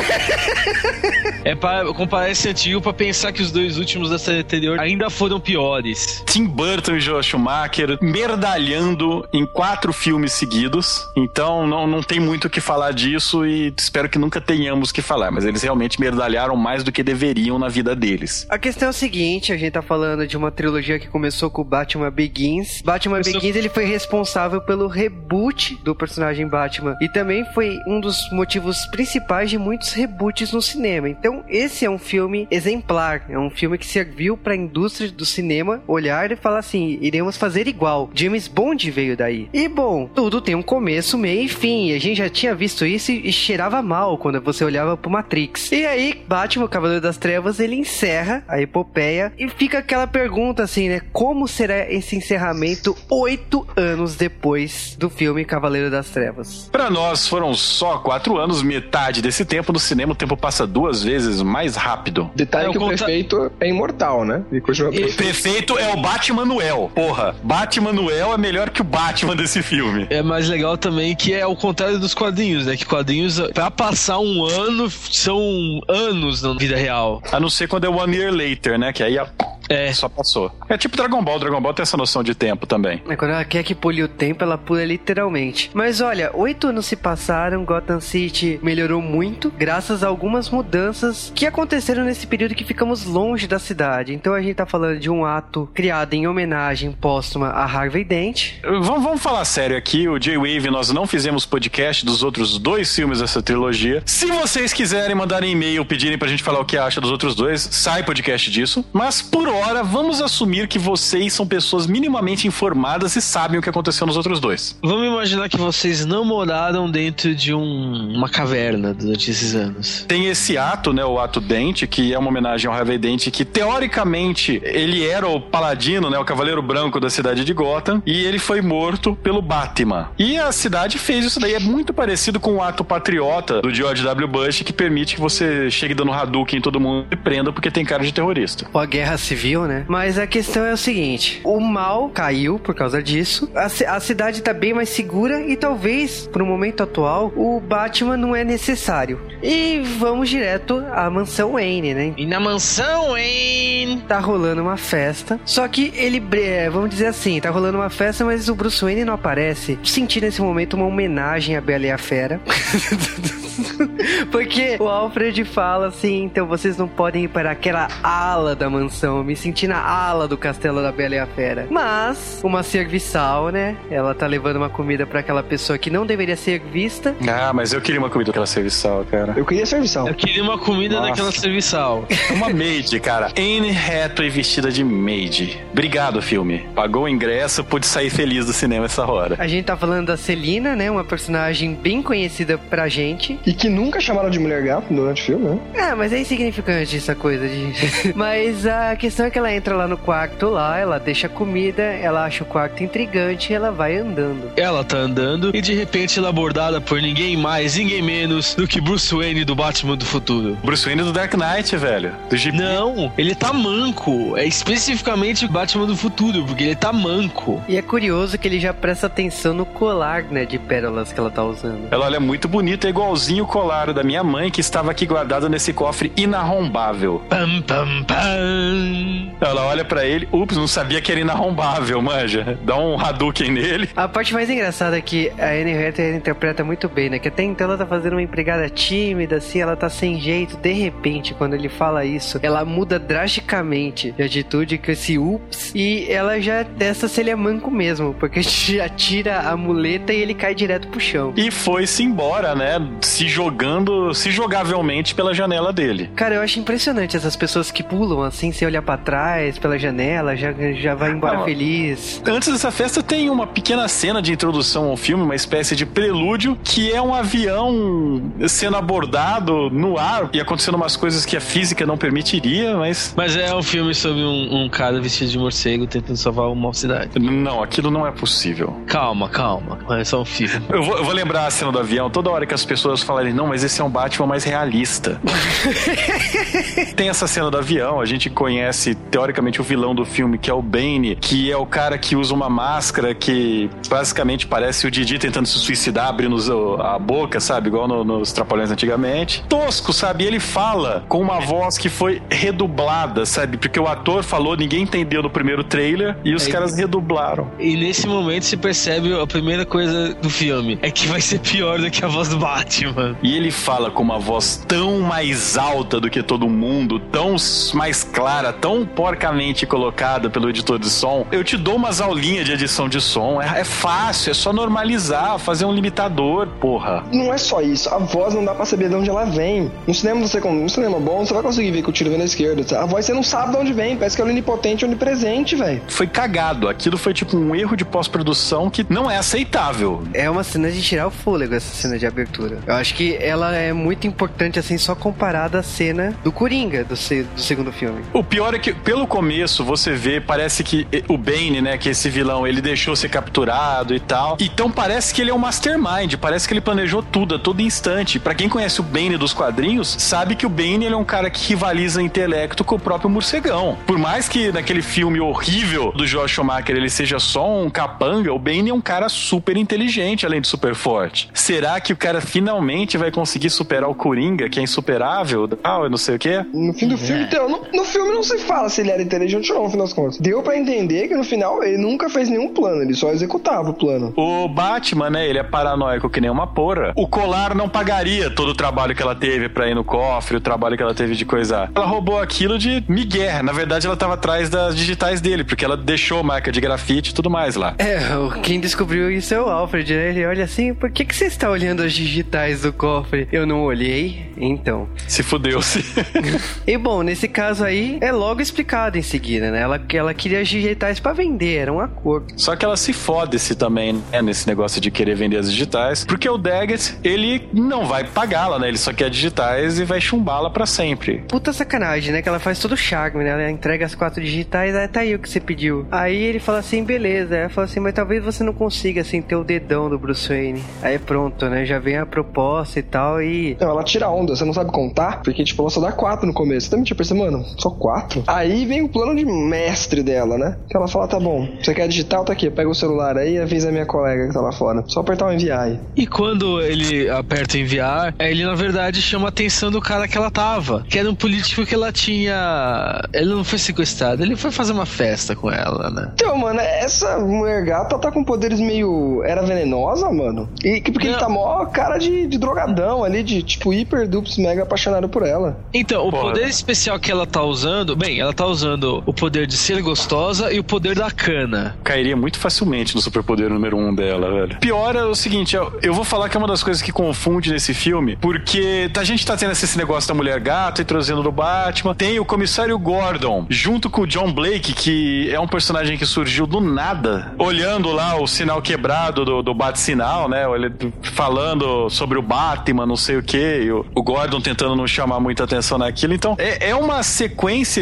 É para comparar esse antigo pra pensar que os dois últimos da série anterior ainda foram piores. Tim Burton e Joel Schumacher merdalhando em quatro filmes seguidos. Então não, não tem muito o que falar disso e espero que nunca tenhamos que falar. Mas eles realmente merdalharam mais do que deveriam na vida deles. A questão é o seguinte, a gente tá falando de uma trilogia que começou com o Batman Begins. Batman Begins, sou... ele foi responsável pelo reboot do personagem Batman. E também foi um dos motivos principais de muitos reboots no cinema. Então esse é um filme exemplar. É um filme que serviu pra indústria do cinema olhar e falar assim, iremos fazer igual. James Bond veio daí. E bom, tudo tem um começo, meio e fim. A gente já tinha visto isso e, e cheirava mal quando você olhava pro Matrix. E aí, Batman, o Cavaleiro das Trevas, ele encerra a epopeia e fica aquela pergunta assim, né? Como será esse encerramento oito anos depois do filme Cavaleiro das Trevas? Pra nós foram só quatro anos, metade desse tempo. No cinema o tempo passa duas vezes mais rápido. Detalhe é, que o conta... prefeito é imortal, né? E continua prefeito. O prefeito é o Batman Noel. Porra, Batman Noel é melhor que o Batman desse filme. É mais legal também que é o contrário dos quadrinhos, né? Que quadrinhos, pra passar um ano, são anos na vida real. A não ser quando é One Year Later, né? Que aí É. Só passou. É tipo Dragon Ball. Dragon Ball tem essa noção de tempo também. É, quando ela quer que pule o tempo, ela pula literalmente. Mas olha, oito anos se passaram, Gotham City melhorou muito, graças a algumas mudanças que aconteceram nesse período que ficamos longe da cidade. Então a gente tá falando de um ato criado em homenagem póstuma a Harvey Dent. Vamos, vamos falar sério aqui, o J-Wave, nós não fizemos podcast dos outros dois filmes dessa trilogia. Se vocês quiserem mandar um e-mail, pedirem pra gente falar o que acha dos outros dois, sai podcast disso. Mas por hora, vamos assumir que vocês são pessoas minimamente informadas e sabem o que aconteceu nos outros dois. Vamos imaginar que vocês não moraram dentro de um, uma caverna durante esses anos. Tem esse ato, né, o ato Dent, que é uma homenagem ao Harvey Dent, que teoricamente ele era o paladino, né, o cavaleiro branco da cidade de Gotham, e ele foi morto pelo Batman. E a cidade fez isso daí, é muito parecido com o ato patriota do George W. Bush, que permite que você chegue dando Hadouken em todo mundo e prenda porque tem cara de terrorista. Ou a guerra civil, né? Mas a questão é o seguinte, o mal caiu por causa disso, a, a cidade tá bem mais segura e talvez, pro momento atual, o Batman não é necessário. E vamos direto à mansão Wayne, né? E na mansão Wayne tá rolando uma festa, só que ele, é, vamos dizer assim, tá rolando uma festa, mas o Bruce Wayne não aparece. Senti nesse momento uma homenagem à Bela e a Fera. Porque o Alfred fala assim, então vocês não podem ir para aquela ala da mansão. Eu me senti na ala do castelo da Bela e a Fera. Mas, uma serviçal, né? Ela tá levando uma comida pra aquela pessoa que não deveria ser vista. Ah, mas eu queria uma comida daquela serviçal, cara. Eu queria serviçal. Eu queria uma comida Nossa. daquela serviçal. Uma maid, cara. Anne Hathaway vestida de maid. Obrigado, filme. Pagou o ingresso, pude sair feliz do cinema essa hora. A gente tá falando da Selina, né? Uma personagem bem conhecida pra gente. E que nunca chamaram de mulher gato durante o filme, né? Ah, mas é insignificante essa coisa de... Mas a questão é que ela entra lá no quarto lá, ela deixa a comida, ela acha o quarto intrigante e ela vai andando. Ela tá andando e de repente ela é abordada por ninguém mais, ninguém menos do que Bruce Wayne do Batman do futuro. Bruce Wayne do Dark Knight, velho. Do G P. Não, ele tá manco. É especificamente o Batman do futuro, porque ele tá manco. E é curioso que ele já presta atenção no colar, né, de pérolas que ela tá usando. Ela olha muito bonita, é igualzinho o colar da minha mãe, que estava aqui guardado nesse cofre inarrombável. Pam, pam, pam. Ela olha pra ele, ups, não sabia que era inarrombável, manja. Dá um Hadouken nele. A parte mais engraçada é que a Anne Hathaway interpreta muito bem, né? Que até então ela tá fazendo uma empregada tímida, assim, ela tá sem jeito. De repente, quando ele fala isso, ela muda drasticamente de atitude com esse ups. E ela já testa se ele é manco mesmo, porque já tira a muleta e ele cai direto pro chão. E foi-se embora, né? Se jogando, se jogavelmente pela janela dele. Cara, eu acho impressionante essas pessoas que pulam assim, sem olhar pra trás, pela janela, já, já vai embora ah, feliz. Antes dessa festa tem uma pequena cena de introdução ao filme, uma espécie de prelúdio, que é um avião sendo abordado no ar e acontecendo umas coisas que a física não permitiria, mas... Mas é um filme sobre um, um cara vestido de morcego tentando salvar uma cidade. Não, aquilo não é possível. Calma, calma. É só um filme. Eu vou, eu vou lembrar a cena do avião toda hora que as pessoas falarem, não, mas esse é um Batman mais realista. Tem essa cena do avião, a gente conhece teoricamente o vilão do filme, que é o Bane, que é o cara que usa uma máscara que basicamente parece o Didi tentando se suicidar, abrindo a boca, sabe? Igual no, nos Trapalhões antigamente. Tosco, sabe? Ele fala com uma voz que foi redublada, sabe? Porque o ator falou, ninguém entendeu no primeiro trailer e os é caras isso. redublaram. E nesse momento se percebe a primeira coisa do filme, é que vai ser pior do que a voz do Batman. E ele fala com uma voz tão mais alta do que todo mundo, tão mais clara, tão porcamente colocada pelo editor de som. Eu te dou umas aulinhas de edição de som, é, é fácil, é só normalizar, fazer um limitador, porra. Não é só isso, a voz não dá pra saber de onde ela vem. No cinema, você, no cinema bom, você vai conseguir ver que o tiro vem na esquerda. A voz você não sabe de onde vem, parece que é onipotente, onipresente, velho. Foi cagado, aquilo foi tipo um erro de pós-produção que não é aceitável. É uma cena de tirar o fôlego, essa cena de abertura. Eu acho que ela é muito importante, assim, só comparada à cena do Coringa, do, se, do segundo filme. O pior é que, pelo começo, você vê, parece que o Bane, né, que é esse vilão, ele deixou ser capturado e tal. Então parece que ele é um mastermind, parece que ele planejou tudo a todo instante. Pra quem conhece o Bane dos quadrinhos, sabe que o Bane, ele é um cara que rivaliza em intelecto com o próprio morcegão. Por mais que naquele filme horrível do Joel Schumacher ele seja só um capanga, o Bane é um cara super inteligente, além de super forte. Será que o cara finalmente vai conseguir superar o Coringa, que é insuperável? Ah, eu não sei o quê? No fim do é. filme, então, no, no filme não se fala fala se ele era inteligente ou não, no final das contas. Deu pra entender que no final ele nunca fez nenhum plano, ele só executava o plano. O Batman, né, ele é paranoico que nem uma porra. O colar não pagaria todo o trabalho que ela teve pra ir no cofre, o trabalho que ela teve de coisar. Ela roubou aquilo de migué. Na verdade, ela tava atrás das digitais dele, porque ela deixou marca de grafite e tudo mais lá. É, quem descobriu isso é o Alfred, né? Ele olha assim, por que que você está olhando as digitais do cofre? Eu não olhei, então. Se fudeu-se. E bom, nesse caso aí, é logo explicado em seguida, né? Ela, ela queria as digitais pra vender, era um acordo. Só que ela se fode-se também, né, nesse negócio de querer vender as digitais, porque o Daggett, ele não vai pagá-la, né? Ele só quer digitais e vai chumbá-la pra sempre. Puta sacanagem, né? Que ela faz todo o charme, né? Ela entrega as quatro digitais, aí tá aí o que você pediu. Aí ele fala assim, beleza. Aí ela fala assim, mas talvez você não consiga, assim, ter o dedão do Bruce Wayne. Aí pronto, né? Já vem a proposta e tal e... Não, ela tira onda, você não sabe contar, porque, tipo, ela só dá quatro no começo. Você também tinha percebido, mano, só quatro? Aí vem o plano de mestre dela, né? Que ela fala, tá bom, você quer digital? Tá aqui, pega o celular aí e avisa a minha colega que tá lá fora. Só apertar o enviar aí. E quando ele aperta o enviar, ele, na verdade, chama a atenção do cara que ela tava, que era um político que ela tinha... Ele não foi sequestrado, ele foi fazer uma festa com ela, né? Então, mano, essa mulher gata tá com poderes meio... Era venenosa, mano? E porque não. Ele tá mó cara de, de drogadão ali, de tipo hiper duplos mega apaixonado por ela. Então, o Porra. poder especial que ela tá usando... Bem, ela tá usando o poder de ser gostosa e o poder da cana. Cairia muito facilmente no superpoder número um dela, velho. Pior é o seguinte, eu, eu vou falar que é uma das coisas que confunde nesse filme, porque a gente tá tendo esse negócio da mulher gata e trazendo do Batman. Tem o comissário Gordon, junto com o John Blake, que é um personagem que surgiu do nada, olhando lá o sinal quebrado do, do Bat-sinal, né? Falando sobre o Batman, não sei o que, e o, o Gordon tentando não chamar muita atenção naquilo. Então, é, é uma sequência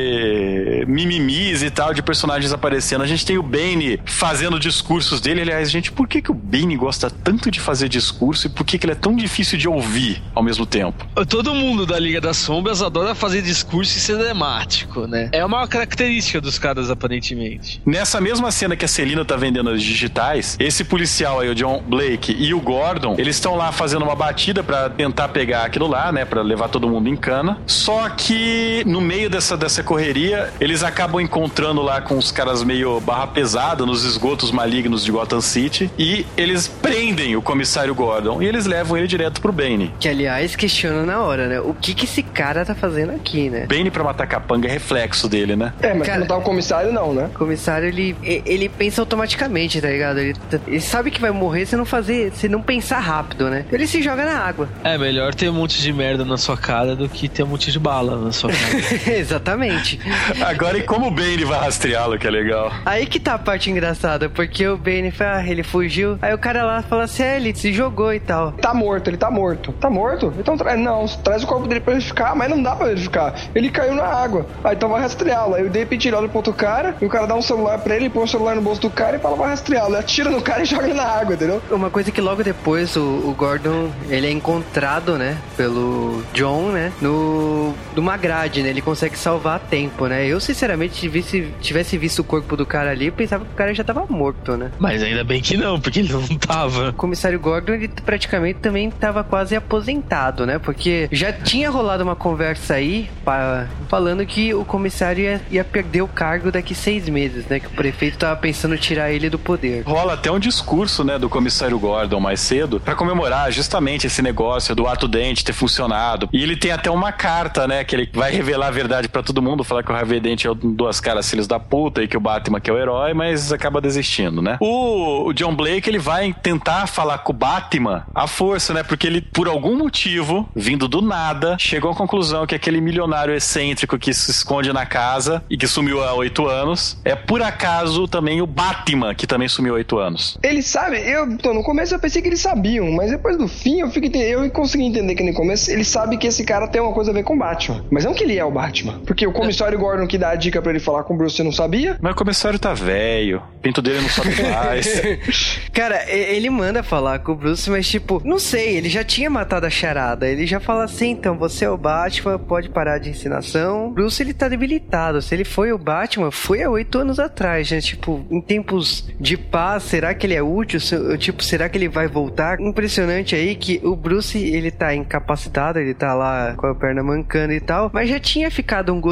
de mimimis e tal, de personagens aparecendo. A gente tem o Bane fazendo discursos dele. Aliás, gente, por que que o Bane gosta tanto de fazer discurso e por que que ele é tão difícil de ouvir ao mesmo tempo? Todo mundo da Liga das Sombras adora fazer discurso e ser dramático, né? É uma característica dos caras, aparentemente. Nessa mesma cena que a Selina tá vendendo as digitais, esse policial aí, o John Blake e o Gordon, eles estão lá fazendo uma batida pra tentar pegar aquilo lá, né? Pra levar todo mundo em cana. Só que no meio dessa, dessa correria, eles acabam encontrando lá com os caras meio barra pesada nos esgotos malignos de Gotham City e eles prendem o comissário Gordon e eles levam ele direto pro Bane. Que, aliás, questiona na hora, né? O que que esse cara tá fazendo aqui, né? Bane pra matar capanga é reflexo dele, né? É, mas Cara, não tá o comissário não, né? O comissário, ele, ele pensa automaticamente, tá ligado? Ele, ele sabe que vai morrer se não fazer, se não pensar rápido, né? Ele se joga na água. É, melhor ter um monte de merda na sua cara do que ter um monte de bala na sua cara. Exatamente. Agora, e como o Bane vai rastreá-lo, que é legal? Aí que tá a parte engraçada, porque o Bane fala, ah, ele fugiu. Aí o cara lá fala assim, é, ele se jogou e tal. Tá morto, ele tá morto. Tá morto? Então traz, não, traz o corpo dele pra verificar, mas não dá pra verificar. Ele caiu na água. Aí então vai rastreá-lo. Aí de repente ele olha pro outro cara, e o cara dá um celular pra ele, põe o celular no bolso do cara e fala, vai rastreá-lo. Ele atira no cara e joga ele na água, entendeu? Uma coisa que logo depois o, o Gordon, ele é encontrado, né, pelo John, né, no, numa grade, né, ele consegue salvar a tempo, né. Eu, sinceramente, tivesse, tivesse visto o corpo do cara ali, eu pensava que o cara já tava morto, né. Mas ainda bem que não, porque ele não tava. O comissário Gordon, ele praticamente também tava quase aposentado, né, porque já tinha rolado uma conversa aí, pra, falando que o comissário ia, ia perder o cargo daqui seis meses, né, que o prefeito tava pensando em tirar ele do poder. Rola até um discurso, né, do comissário Gordon mais cedo, pra comemorar justamente esse negócio do ato dente ter funcionado. E ele tem até uma carta, né, que ele vai revelar a verdade pra todo mundo, falar que o Harvey Dent é o duas caras filhos da puta e que o Batman que é o herói, mas acaba desistindo, né. O, o John Blake, ele vai tentar falar com o Batman à força, né, porque ele, por algum motivo, vindo do nada, chegou à conclusão que aquele milionário excêntrico que se esconde na casa e que sumiu há oito anos, é por acaso também o Batman, que também sumiu há oito anos. Eles sabem, eu, então, no começo eu pensei que eles sabiam, mas depois do fim eu, fico, eu consegui entender que no começo ele sabe que esse cara tem uma coisa a ver com o Batman. Mas não que ele é o Batman. Porque o comissário é. Gordon que dá a dica pra ele falar com o Bruce não sabia. Mas o comissário tá velho, o pinto dele não sobe mais. Cara, ele manda falar com o Bruce, mas tipo, não sei, ele já tinha matado a charada. Ele já fala assim, então, você é o Batman, pode parar de ensinação. Bruce, ele tá debilitado. Se ele foi o Batman, foi há oito anos atrás, né? Tipo, em tempos de paz, será que ele é útil? Tipo, será que ele vai voltar? Impressionante aí que o Bruce, ele tá incapacitado, ele tá lá com a perna mancando e tal, mas já tinha ficado um gosto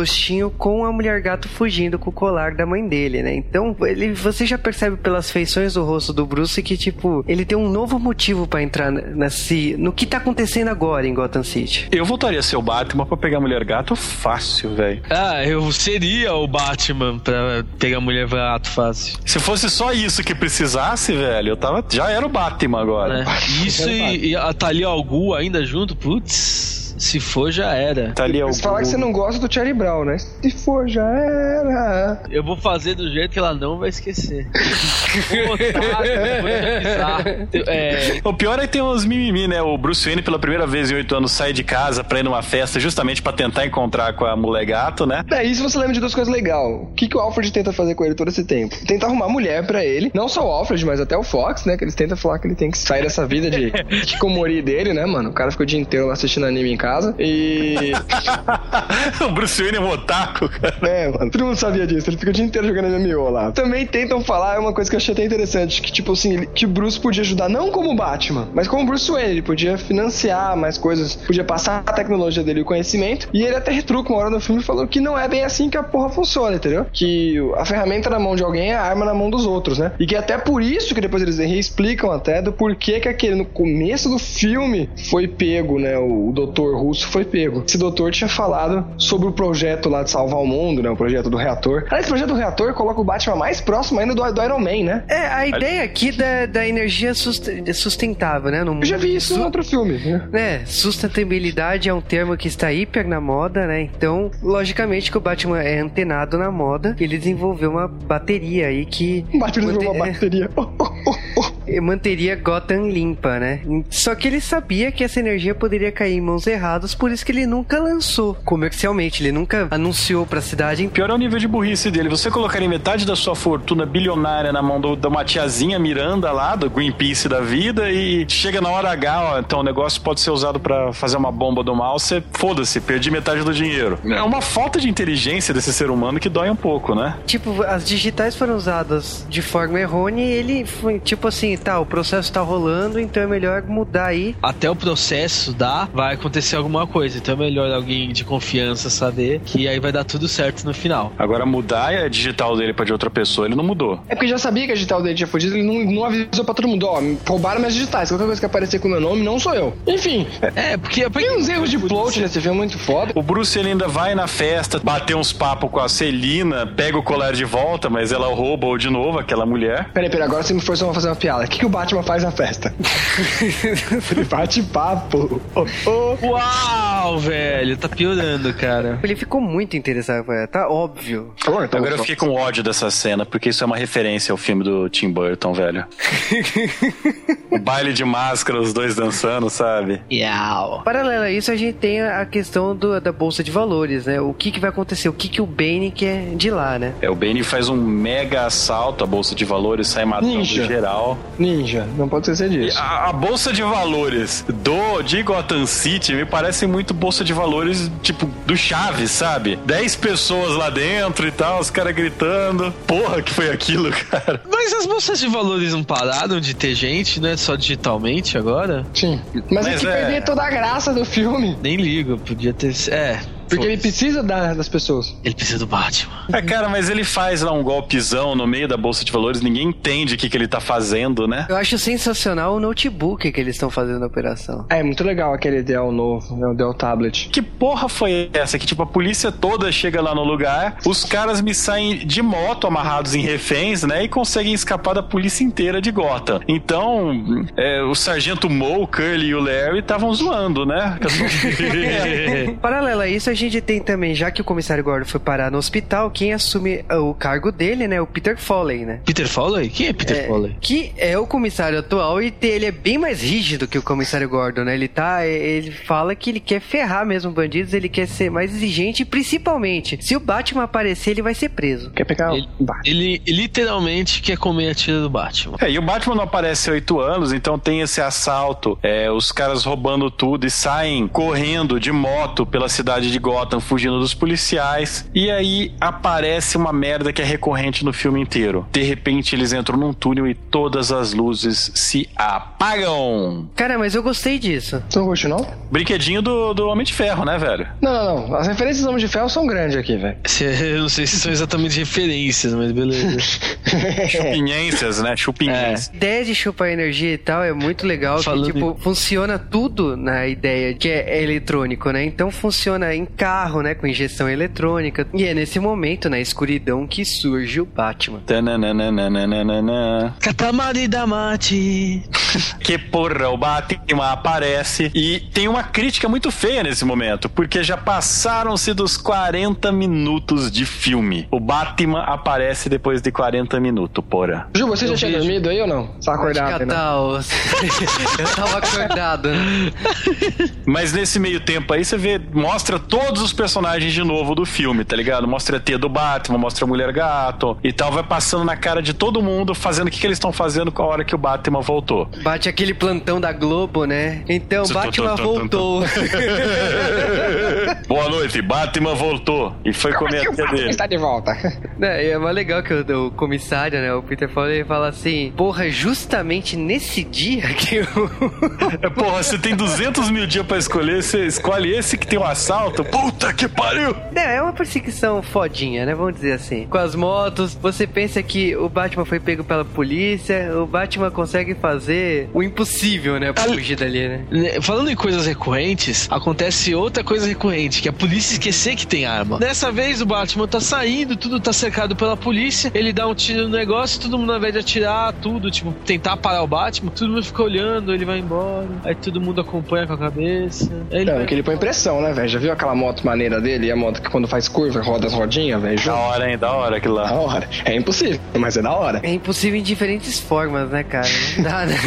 rostinho com a mulher gato fugindo com o colar da mãe dele, né? Então, ele, você já percebe pelas feições do rosto do Bruce que, tipo, ele tem um novo motivo pra entrar nesse, no que tá acontecendo agora em Gotham City. Eu voltaria a ser o Batman pra pegar a mulher gato fácil, velho. Ah, eu seria o Batman pra pegar a mulher gato fácil. Se fosse só isso que precisasse, velho, eu tava, já era o Batman agora. É. Isso e, e a Talia al Ghul ainda junto, putz... Se for, já era. Tá ali Você fala que você não gosta do Charlie Brown, né? Se for, já era. Eu vou fazer do jeito que ela não vai esquecer. Vou botar, vou avisar. É... O pior é que tem uns mimimi, né? O Bruce Wayne, pela primeira vez em oito anos, sai de casa pra ir numa festa justamente pra tentar encontrar com a mulher gato, né? É, isso você lembra de duas coisas legais. O que, que o Alfred tenta fazer com ele todo esse tempo? Tenta arrumar mulher pra ele. Não só o Alfred, mas até o Fox, né? Que eles tentam falar que ele tem que sair dessa vida de Kikomori dele, né, mano? O cara fica o dia inteiro assistindo anime em casa. Casa e... o Bruce Wayne é um otaku, cara. É, mano. Todo mundo sabia disso. Ele fica o dia inteiro jogando M M O lá. Também tentam falar, é uma coisa que eu achei até interessante, que tipo assim, que o Bruce podia ajudar não como Batman, mas como Bruce Wayne. Ele podia financiar mais coisas, podia passar a tecnologia dele e o conhecimento. E ele até retruca uma hora no filme falou que não é bem assim que a porra funciona, entendeu? Que a ferramenta na mão de alguém é a arma na mão dos outros, né? E que até por isso que depois eles reexplicam até do porquê que aquele no começo do filme foi pego, né? O, o doutor Russo foi pego. Esse doutor tinha falado sobre o projeto lá de salvar o mundo, né? O projeto do reator. Aliás, esse projeto do reator coloca o Batman mais próximo ainda do, do Iron Man, né? É, a ideia aqui da, da energia sustentável, né? No Eu já vi isso su- em outro filme. Né? É, sustentabilidade é um termo que está hiper na moda, né? Então, logicamente que o Batman é antenado na moda. Ele desenvolveu uma bateria aí que... O Batman desenvolveu uma bateria. Oh, oh, oh, oh. Manteria Gotham limpa, né? Só que ele sabia que essa energia poderia cair em mãos erradas, por isso que ele nunca lançou comercialmente, ele nunca anunciou pra cidade. Pior é o nível de burrice dele. Você colocaria metade da sua fortuna bilionária na mão do, de uma tiazinha Miranda lá, do Greenpeace da vida, e chega na hora H, ó, então o negócio pode ser usado pra fazer uma bomba do mal, você, foda-se, perdi metade do dinheiro. É uma falta de inteligência desse ser humano que dói um pouco, né? Tipo, as digitais foram usadas de forma errônea e ele foi, tipo assim, tá, o processo tá rolando, então é melhor mudar aí. Até o processo dá, vai acontecer alguma coisa, então é melhor alguém de confiança saber que aí vai dar tudo certo no final. Agora mudar a digital dele pra de outra pessoa, ele não mudou. É porque já sabia que a digital dele tinha fugido, ele não, não avisou pra todo mundo, ó, roubaram minhas digitais, qualquer coisa que aparecer com o meu nome, não sou eu. Enfim, é, porque... Tem uns erros de plot nesse filme muito foda. O Bruce, ele ainda vai na festa, bater uns papos com a Celina, pega o colar de volta, mas ela rouba de novo aquela mulher. Peraí, peraí, agora você me forçou a fazer uma piada. O que, que o Batman faz na festa? Ele bate papo. Oh, oh. Uau, velho, tá piorando, cara. Ele ficou muito interessado, tá óbvio. Oh, então agora eu fiquei com ódio dessa cena, porque isso é uma referência ao filme do Tim Burton, velho. O baile de máscara, os dois dançando, sabe? Iau. Paralelo a isso, a gente tem a questão do, da Bolsa de Valores, né? O que que vai acontecer? O que que o Bane quer de lá, né? É, o Bane faz um mega assalto à Bolsa de Valores, sai matando Ninja. geral. Ninja, não pode esquecer disso. A, a Bolsa de Valores do, de Gotham City me parece muito Bolsa de Valores, tipo, do Chaves, sabe? Dez pessoas lá dentro e tal, os caras gritando. Porra, que foi aquilo, cara? Mas as bolsas de valores não pararam de ter gente, né? Só digitalmente agora? Sim. Mas, Mas é que é... perder toda a graça do filme. Nem ligo, podia ter... É... Porque ele precisa da, das pessoas. Ele precisa do Batman. É, cara, mas ele faz lá um golpezão no meio da Bolsa de Valores, ninguém entende o que, que ele tá fazendo, né? Eu acho sensacional o notebook que eles estão fazendo na operação. É, muito legal aquele Dell novo, né, o Dell Tablet. Que porra foi essa? Que tipo, a polícia toda chega lá no lugar, os caras me saem de moto amarrados em reféns, né? E conseguem escapar da polícia inteira de Gotham. Então, é, o Sargento Moe, o Curly e o Larry estavam zoando, né? Paralelo a isso, a gente tem também, já que o comissário Gordon foi parar no hospital, quem assume o cargo dele, né? O Peter Foley, né? Peter Foley? Quem é Peter é, Foley? Que é o comissário atual e ele é bem mais rígido que o comissário Gordon, né? Ele tá, ele fala que ele quer ferrar mesmo bandidos, ele quer ser mais exigente e principalmente, se o Batman aparecer, ele vai ser preso. Quer pegar ele, o Batman? Ele literalmente quer comer a tira do Batman. É, e o Batman não aparece há oito anos, então tem esse assalto, é, os caras roubando tudo e saem correndo de moto pela cidade de Gotham fugindo dos policiais. E aí aparece uma merda que é recorrente no filme inteiro. De repente eles entram num túnel e todas as luzes se apagam. Cara, mas eu gostei disso. Você não curte, não? Brinquedinho do, do Homem de Ferro, né, velho? Não, não, não. As referências do Homem de Ferro são grandes aqui, velho. Eu não sei se são exatamente referências, mas beleza. Chupinhências, né? Chupinhências. A ideia de chupar energia e tal é muito legal. Falando que, tipo, em... funciona tudo na ideia que é eletrônico, né? Então funciona em carro, né? Com injeção eletrônica. E é nesse momento, na escuridão, que surge o Batman. Katamari Damacy. Que porra, o Batman aparece e tem uma crítica muito feia nesse momento, porque já passaram-se dos quarenta minutos de filme. O Batman aparece depois de quarenta minutos, porra. Ju, você Eu já tinha vejo. dormido aí ou não? Você tá acordado, né? Tal. Eu tava acordado, né? Mas nesse meio tempo aí você vê, mostra todos os personagens de novo do filme, tá ligado? Mostra a tia do Batman, mostra a Mulher Gato e tal, vai passando na cara de todo mundo, fazendo o que, que eles estão fazendo com a hora que o Batman voltou. Bate aquele plantão da Globo, né? Então, Batman voltou. Boa noite, Batman voltou e foi comer a tia dele. Está de volta. É, é mais legal que o, o comissário, né? O Peter Falk, ele fala assim: porra, justamente nesse dia que eu... Porra, você tem duzentos mil dias pra escolher, você escolhe esse que tem um assalto? Puta que pariu! É, é uma perseguição fodinha, né? Vamos dizer assim. Com as motos, você pensa que o Batman foi pego pela polícia, o Batman consegue fazer o impossível, né? Pra fugir dali, né? Falando em coisas recorrentes, acontece outra coisa recorrente, que é a polícia esquecer que tem arma. Dessa vez o Batman tá saindo, tudo tá cercado pela polícia, ele dá um tiro no negócio, todo mundo ao invés de atirar, tudo, tipo, tentar parar o Batman, todo mundo fica olhando, ele vai embora, aí todo mundo acompanha com a cabeça. Aí ele É, vai... porque ele põe pressão, né, velho? Já viu aquela moto maneira dele? A moto que quando faz curva, roda as rodinhas, velho? Da hora, hein? Da hora aquilo Da lá. hora. É impossível, mas é da hora. É impossível em diferentes formas, né, cara? Não dá, né?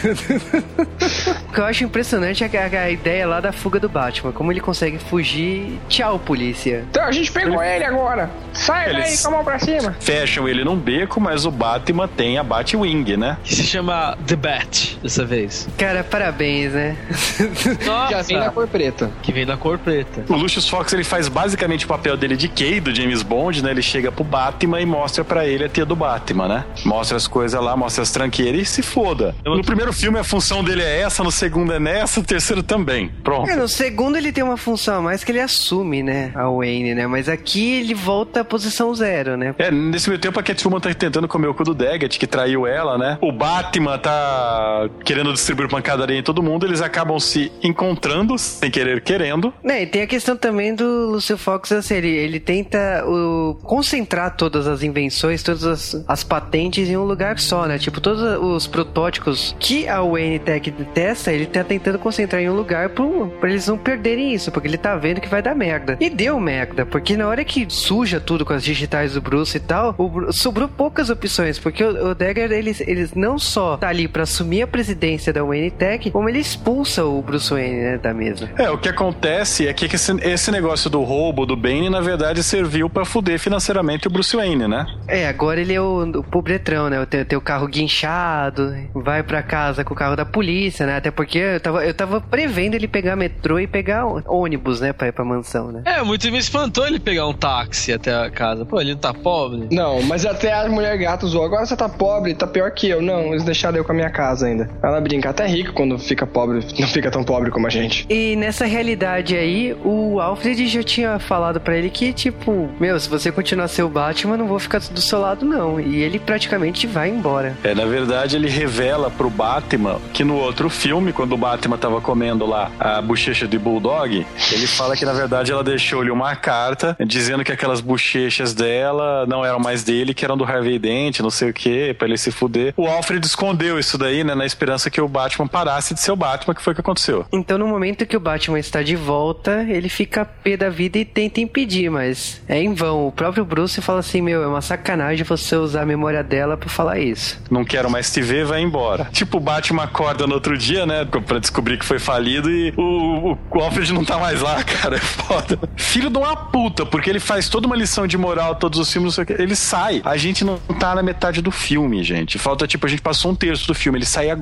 O que eu acho impressionante é a, a ideia lá da fuga do Batman. Como ele consegue fugir. Tchau, polícia. Então a gente pegou ele agora. Sai daí Eles- com a mão pra cima. Fecham ele num beco, mas o Batman tem a Batwing, né? Que se chama The Bat, dessa vez. Cara, parabéns, né? Nossa! Já vem na cor preta. Que vem da cor preta. O Lucius Fox, ele faz basicamente o papel dele de Kay, do James Bond, né? Ele chega pro Batman e mostra pra ele a tia do Batman, né? Mostra as coisas lá, mostra as tranqueiras e se foda. No primeiro filme a função dele é essa, no segundo é nessa, no terceiro também. Pronto. É, no segundo ele tem uma função a mais que ele assume, né? A Wayne, né? Mas aqui ele volta à posição zero, né? É, nesse meio tempo a Catwoman tá tentando comer o cu do Daggett, que traiu ela, né? O Batman tá querendo distribuir pancadaria em todo mundo, eles acabam se encontrando, sem querer querendo. Né, e tem a questão também do Lucius Fox, assim, ele, ele tenta o, concentrar todas as invenções, todas as, as patentes em um lugar só, né? Tipo, todos os protótipos que a Wayne Tech testa, ele tá tentando concentrar em um lugar pro, pra eles não perderem isso, porque ele tá vendo que vai dar merda. E deu merda, porque na hora que suja tudo com as digitais do Bruce e tal, o Bru- sobrou poucas opções, porque o, o Dagger, eles, eles não só tá ali pra assumir a presidência da Wayne Tech, como ele expulsa o Bruce Wayne, né, da mesa. É, o que acontece é que esse, esse negócio do roubo do Bane, na verdade, serviu pra fuder financeiramente o Bruce Wayne, né? É, agora ele é o, o pobretrão, né? Tem, tem o carro guinchado, vai pra casa com o carro da polícia, né? Até porque eu tava, eu tava prevendo ele pegar metrô e pegar ônibus, né? Pra ir pra mansão, né? É, muito me espantou ele pegar um táxi até a casa. Pô, ele não tá pobre? Não, mas até a mulher gato zoou. Agora você tá pobre, tá pior que eu. Não, eles deixaram eu com a minha casa ainda. Ela brinca, até rico quando fica pobre, não fica tão pobre como a gente. E nessa realidade aí, o Alfred já tinha falado pra ele que, tipo, meu, se você continuar a ser o Batman, não vou ficar do seu lado, não. E ele praticamente vai embora. É, na verdade, ele revela pro Batman que no outro filme, quando o Batman tava comendo lá a bochecha de Bulldog, ele fala que, na verdade, ela deixou-lhe uma carta dizendo que aquelas bochechas dela não eram mais dele, que eram do Harvey Dent, não sei o que, pra ele se fuder. O Alfred escondeu isso daí, né, na esperança que o Batman parasse de ser o Batman, que foi o que aconteceu. Então, no momento que o Batman está de volta, ele fica pé da vida e tenta impedir, mas é em vão. O próprio Bruce fala assim, meu, é uma sacanagem você usar a memória dela pra falar isso. Não quero mais te ver, vai embora. Tipo, o Batman acorda no outro dia, né, pra descobrir que foi falido e o, o, o Alfred não tá mais lá, cara, é foda. Filho de uma puta, porque ele faz toda uma lição de moral, todos os filmes, não sei o que, ele sai. A gente não tá na metade do filme, gente. Falta, tipo, a gente passou um terço do filme, ele sai agora.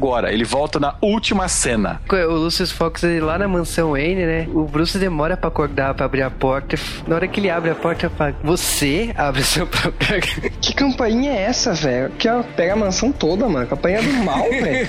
agora. Ele volta na última cena. O Lucius Fox, ele lá na mansão Wayne, né? O Bruce demora pra acordar, pra abrir a porta. Na hora que ele abre a porta, fala, você abre a sua própria... Que campainha é essa, velho? Que ela pega a mansão toda, mano. Campainha do mal, velho.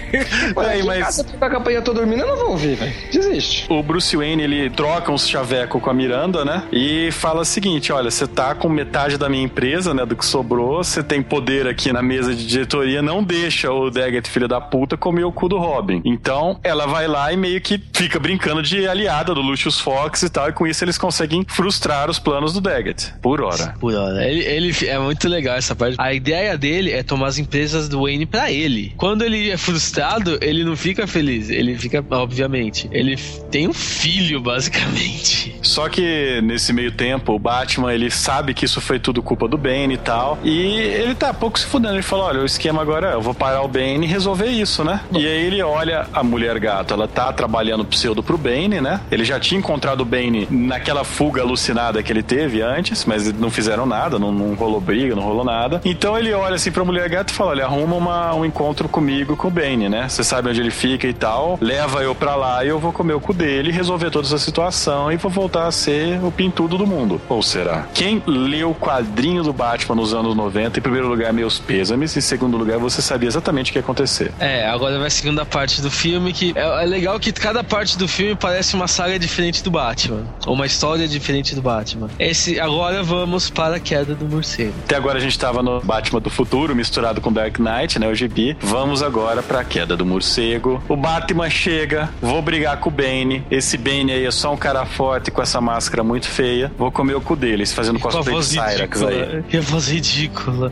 Olha, mas... se a campainha tô dormindo, eu não vou ouvir, velho. Desiste. O Bruce Wayne, ele troca uns chaveco com a Miranda, né? E fala o seguinte, olha, você tá com metade da minha empresa, né? Do que sobrou, você tem poder aqui na mesa de diretoria, não deixa o Daggett, filho da puta, comer o cu do Robin. Então, ela vai lá e meio que fica brincando de aliada do Lucius Fox e tal, e com isso eles conseguem frustrar os planos do Daggett. Por hora. Por hora. Ele, ele é muito legal essa parte. A ideia dele é tomar as empresas do Wayne pra ele. Quando ele é frustrado, ele não fica feliz. Ele fica, obviamente, ele tem um filho, basicamente. Só que nesse meio tempo, o Batman, ele sabe que isso foi tudo culpa do Bane e tal, e ele tá pouco se fudendo. Ele fala, olha, o esquema agora é, eu vou parar o Bane e resolver isso, né? E aí ele olha a Mulher Gato, ela tá trabalhando pseudo pro Bane, né? Ele já tinha encontrado o Bane naquela fuga alucinada que ele teve antes, mas não fizeram nada, não, não rolou briga, não rolou nada. Então ele olha assim pra Mulher Gato e fala, olha, arruma uma, um encontro comigo com o Bane, né? Você sabe onde ele fica e tal, leva eu pra lá e eu vou comer o cu dele, resolver toda essa situação e vou voltar a ser o pintudo do mundo. Ou será? Quem leu o quadrinho do Batman nos anos noventa, em primeiro lugar, meus pêsames, em segundo lugar, você sabia exatamente o que ia acontecer. É, agora vai a segunda parte do filme, que é, é legal que cada parte do filme parece uma saga diferente do Batman, ou uma história diferente do Batman. Esse, agora vamos para a Queda do Morcego. Até agora a gente tava no Batman do futuro, misturado com Dark Knight, né, o G B. Vamos agora pra Queda do Morcego. O Batman chega, vou brigar com o Bane. Esse Bane aí é só um cara forte com essa máscara muito feia. Vou comer o cu deles, fazendo cosplay de Cyrax aí. Que voz ridícula.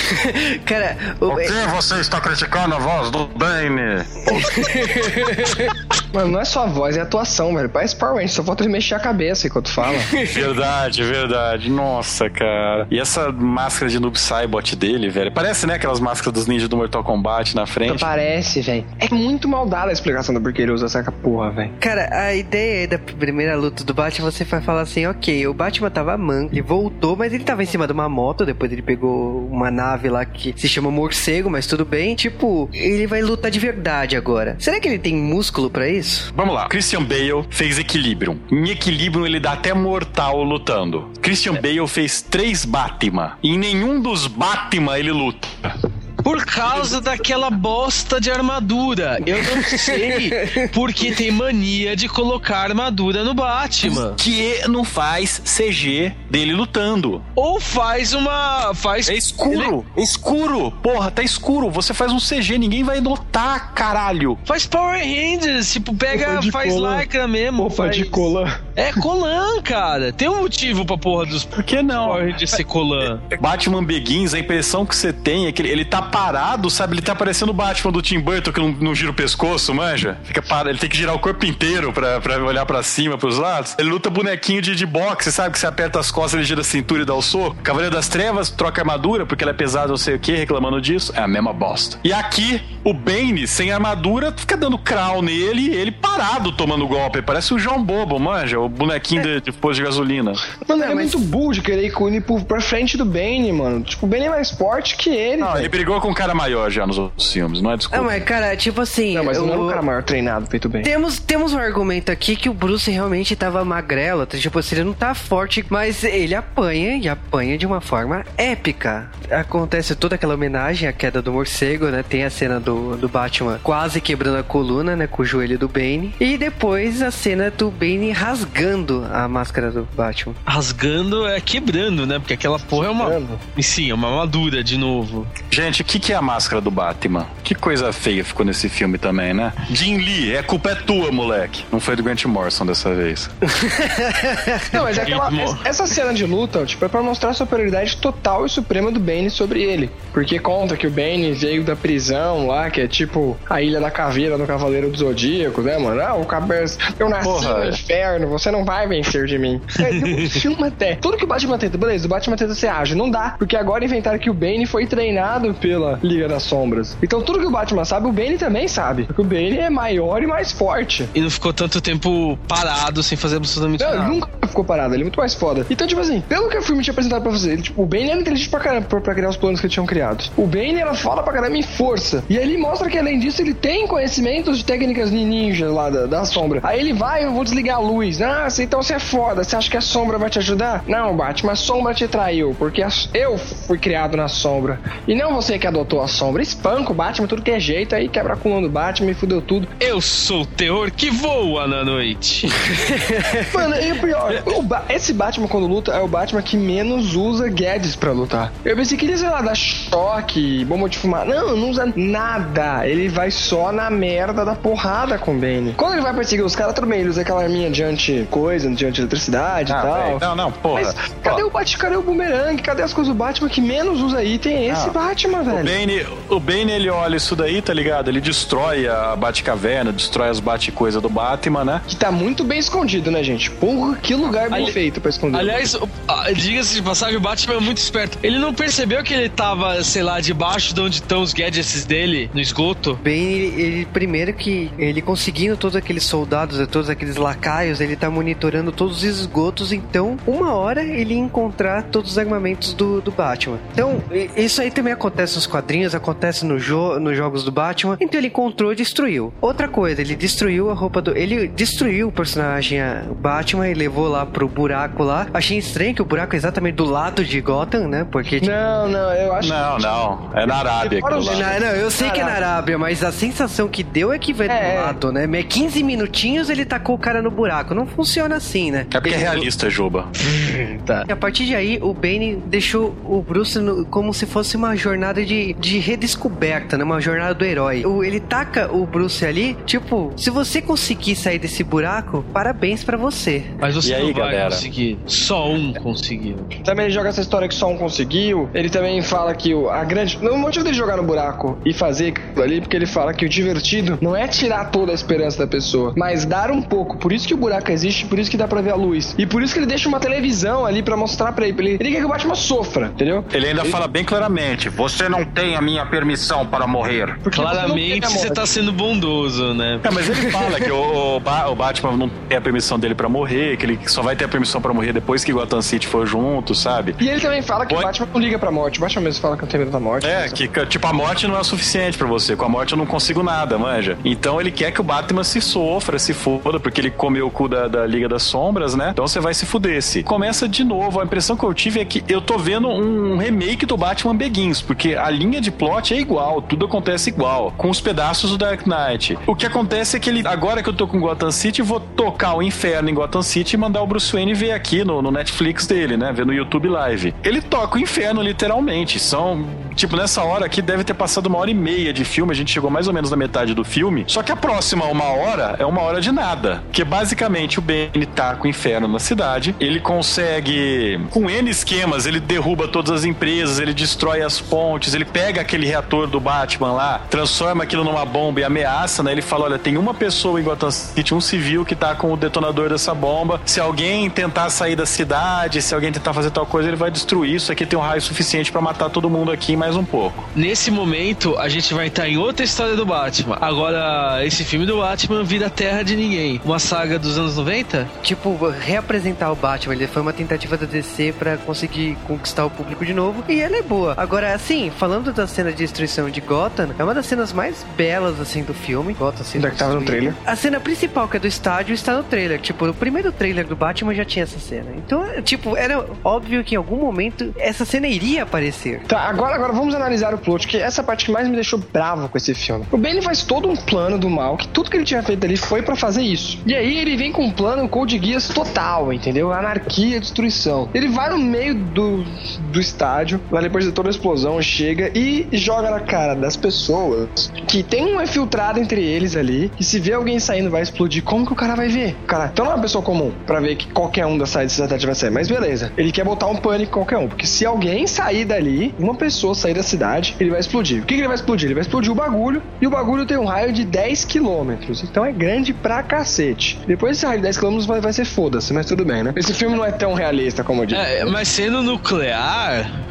Cara, o... o que você está criticando a voz do Bane? Mano, não é só a voz, é a atuação, velho. Parece Power Rangers, só falta ele mexer a cabeça enquanto fala. Verdade, verdade. Nossa, cara. E essa máscara de Noob Saibot dele, velho. Parece, né, aquelas máscaras dos ninjas do Mortal Kombat na frente. Parece, velho. É muito mal dada a explicação do porquê ele usa essa porra, velho. Cara, a ideia da primeira luta do Batman, você vai falar assim, ok, o Batman tava manco, ele voltou, mas ele tava em cima de uma moto, depois ele pegou uma nave lá que se chama Morcego, mas tudo bem. Tipo, ele vai lutar de verdade agora. Será que ele tem músculo pra isso? Vamos lá. Christian Bale fez Equilibrium. Em Equilibrium ele dá até mortal lutando. Christian Bale fez três Batman. Em nenhum dos Batman ele luta. Por causa daquela bosta de armadura. Eu não sei porque tem mania de colocar armadura no Batman. Que não faz C G dele lutando. Ou faz uma... faz É escuro. Ele... É escuro. Porra, tá escuro. Você faz um C G, ninguém vai notar, caralho. Faz Power Rangers. Tipo, pega, faz lycra mesmo. Opa, faz... de Colan. É Colan, cara. Tem um motivo pra porra dos... Por que não? Power Rangers ser Colan. Batman Begins, a impressão que você tem é que ele, ele tá parado, sabe? Ele tá parecendo o Batman do Tim Burton que não, não gira o pescoço, manja? Fica parado, ele tem que girar o corpo inteiro pra, pra olhar pra cima, pros lados. Ele luta bonequinho de, de boxe, sabe? Que você aperta as costas, ele gira a cintura e dá o soco. Cavaleiro das Trevas troca armadura porque ela é pesada, não sei o que, reclamando disso. É a mesma bosta. E aqui, o Bane, sem armadura, fica dando crawl nele e ele parado tomando golpe. Parece o João Bobo, manja? O bonequinho de, de posto de gasolina. Mano, ele é muito burro de querer ir com ele pra frente do Bane, mano. Tipo, o Bane é mais forte que ele. Não, ele brigou com um cara maior já nos outros filmes, não é desculpa. Não, mas cara, tipo assim... Não, mas eu, não era um cara maior treinado, feito bem. Temos, temos um argumento aqui que o Bruce realmente tava magrelo, tipo assim, ele não tá forte, mas ele apanha e apanha de uma forma épica. Acontece toda aquela homenagem à queda do morcego, né? Tem a cena do, do Batman quase quebrando a coluna, né? Com o joelho do Bane. E depois a cena do Bane rasgando a máscara do Batman. Rasgando é quebrando, né? Porque aquela porra é uma... Sim, é uma armadura de novo. Gente, o que, que é a máscara do Batman? Que coisa feia ficou nesse filme também, né? Jim Lee, é culpa é tua, moleque. Não foi do Grant Morrison dessa vez. Não, mas é aquela, essa cena de luta, tipo, é pra mostrar a superioridade total e suprema do Bane sobre ele. Porque conta que o Bane veio da prisão lá, que é tipo a Ilha da Caveira no Cavaleiro do Zodíaco, né, mano? Ah, o cabeça, eu nasci Porra, no inferno, você não vai vencer de mim. É, filma até. Tudo que o Batman tenta, beleza, o Batman tenta ser ágil, não dá. Porque agora inventaram que o Bane foi treinado pelo pela Liga das Sombras. Então tudo que o Batman sabe, o Bane também sabe. Porque o Bane é maior e mais forte. E não ficou tanto tempo parado sem fazer absolutamente não, nada. Ele nunca ficou parado, ele é muito mais foda. Então, tipo assim, pelo que o filme tinha apresentado pra você, ele, tipo, o Bane era inteligente pra caramba pra, pra criar os planos que eles tinham criado. O Bane era foda pra caramba em força. E aí ele mostra que, além disso, ele tem conhecimentos de técnicas ninja lá da, da sombra. Aí ele vai, eu vou desligar a luz. Ah, então você é foda. Você acha que a sombra vai te ajudar? Não, Batman, a sombra te traiu. Porque a, eu fui criado na sombra. E não você que adotou a sombra. Espanca o Batman, tudo que é jeito. Aí quebra a coluna do Batman e fudeu tudo. Eu sou o terror que voa na noite. Mano, e o pior, o ba- esse Batman quando luta é o Batman que menos usa gadgets pra lutar. Eu pensei que ele, sei lá, dar choque, bomba de fumar. Não, não usa nada. Ele vai só na merda da porrada com o Bane. Quando ele vai perseguir os caras, tudo bem, ele usa aquela arminha de anti-coisa, de anti-eletricidade ah, e tal. Véio, não, não, porra. Mas cadê o Batman? Cadê o boomerang? Cadê as coisas do Batman que menos usa item? É esse não. Batman, velho. O Bane, o Bane, ele olha isso daí, tá ligado? Ele destrói a Batcaverna, destrói as Bate-coisa do Batman, né? Que tá muito bem escondido, né, gente? Porra, que lugar bem Ali... feito pra esconder. Aliás, diga-se de passagem, o Batman é muito esperto. Ele não percebeu que ele tava, sei lá, debaixo de onde estão os gadgets dele, no esgoto? Bem, ele, ele primeiro que ele conseguindo todos aqueles soldados, todos aqueles lacaios, ele tá monitorando todos os esgotos, então uma hora ele ia encontrar todos os armamentos do, do Batman. Então, isso aí também acontece nos quadrinhos, acontece no jo- nos jogos do Batman. Então ele encontrou e destruiu. Outra coisa, ele destruiu a roupa do... Ele destruiu o personagem o Batman e levou lá pro buraco lá. Achei estranho que o buraco é exatamente do lado de Gotham, né? Porque... Tipo... Não, não, eu acho Não, que... não. É na Arábia. Não, não, eu sei que é na Arábia, mas a sensação que deu é que vai é. do lado, né? quinze minutinhos ele tacou o cara no buraco. Não funciona assim, né? É porque ele... é realista, Juba. Tá. E a partir de aí, o Bane deixou o Bruce no, como se fosse uma jornada de, de redescoberta, né? Uma jornada do herói. O, ele taca o Bruce ali, tipo, se você conseguir sair desse buraco, parabéns pra você. Mas você e aí, não vai galera? conseguir. Só um conseguiu. Também ele joga essa história que só um conseguiu. Ele também fala que o, a grande... O motivo dele jogar no buraco e fazer aquilo ali, porque ele fala que o divertido não é tirar toda a esperança da pessoa, mas dar um pouco. Por isso que o buraco existe, por isso que dá pra ver a luz. E por isso que ele deixa uma televisão ali pra mostrar pra ele. Ele, ele quer que o Batman sofra, entendeu? Ele ainda ele... fala bem claramente: você não tem a minha permissão para morrer. Porque claramente você, você tá sendo bondoso, né? É, mas ele fala que o, o, ba- o Batman não tem a permissão dele pra morrer, que ele só vai ter a permissão pra morrer depois que Gotham City for junto, sabe? E ele também fala que Oi? o Batman não liga pra morte. O Batman mesmo fala que não tem medo da morte. É, que tipo, a morte não é o suficiente pra você. Com a morte eu não consigo nada, manja. Então ele quer que o Batman se sofra, se foda, porque ele comeu o cu da, da Liga das Sombras, né? Então você vai se fuder-se. Começa de novo. A impressão que eu tive é que eu tô vendo um remake do Batman Begins, porque a linha de plot é igual, tudo acontece igual, com os pedaços do Dark Knight. O que acontece é que ele, agora que eu tô com Gotham City, vou tocar o inferno em Gotham City e mandar o Bruce Wayne ver aqui no, no Netflix dele, né? Ver no YouTube Live. Ele toca o inferno, literalmente. São, tipo, nessa hora aqui deve ter passado uma hora e meia de filme, a gente chegou mais ou menos na metade do filme, só que a próxima uma hora é uma hora de nada. Que basicamente o Bane taca o inferno na cidade, ele consegue, com N esquemas, ele derruba todas as empresas, ele destrói as pontes, ele pega aquele reator do Batman lá, transforma aquilo numa bomba e ameaça, né? Ele fala, olha, tem uma pessoa em Gotham City, um civil que tá com o detonador dessa bomba, se alguém tentar sair da cidade, se alguém tentar fazer tal coisa, ele vai destruir isso aqui, tem um raio suficiente pra matar todo mundo aqui mais um pouco. Nesse momento, a gente vai estar em outra história do Batman. Agora, esse filme do Batman vira Terra de Ninguém. Uma saga dos anos noventa? Tipo, reapresentar o Batman, ele foi uma tentativa da D C pra conseguir conquistar o público de novo, e ela é boa. Agora, assim, falando da cena de destruição de Gotham, é uma das cenas mais belas, assim, do filme. Gotham sendo que tava no trailer. A cena principal, que é do estádio, está no trailer. Tipo, no primeiro trailer do Batman já tinha essa cena. Então, tipo, era óbvio que em algum momento essa cena iria aparecer. Tá, agora, agora vamos analisar o plot, que essa parte que mais me deixou bravo com esse filme. O Bane faz todo um plano do mal, que tudo que ele tinha feito ali foi pra fazer isso. E aí ele vem com um plano, um Code Geass total, entendeu? Anarquia, destruição. Ele vai no meio do, do estádio, lá depois de toda a explosão, chega e joga na cara das pessoas que tem um infiltrado entre eles ali, e se vê alguém saindo vai explodir, como que o cara vai ver? O cara, então não é uma pessoa comum pra ver que qualquer um das saídas da cidade vai sair, mas beleza. Ele quer botar um pânico em qualquer um, porque se alguém sair dali, uma pessoa sair da cidade, ele vai explodir. O que, que ele vai explodir? Ele vai explodir o bagulho, e o bagulho tem um raio de dez quilômetros, então é grande pra cacete. Depois esse raio de dez quilômetros vai, vai ser foda-se, mas tudo bem, né? Esse filme não é tão realista como eu disse. É, mas sendo nuclear,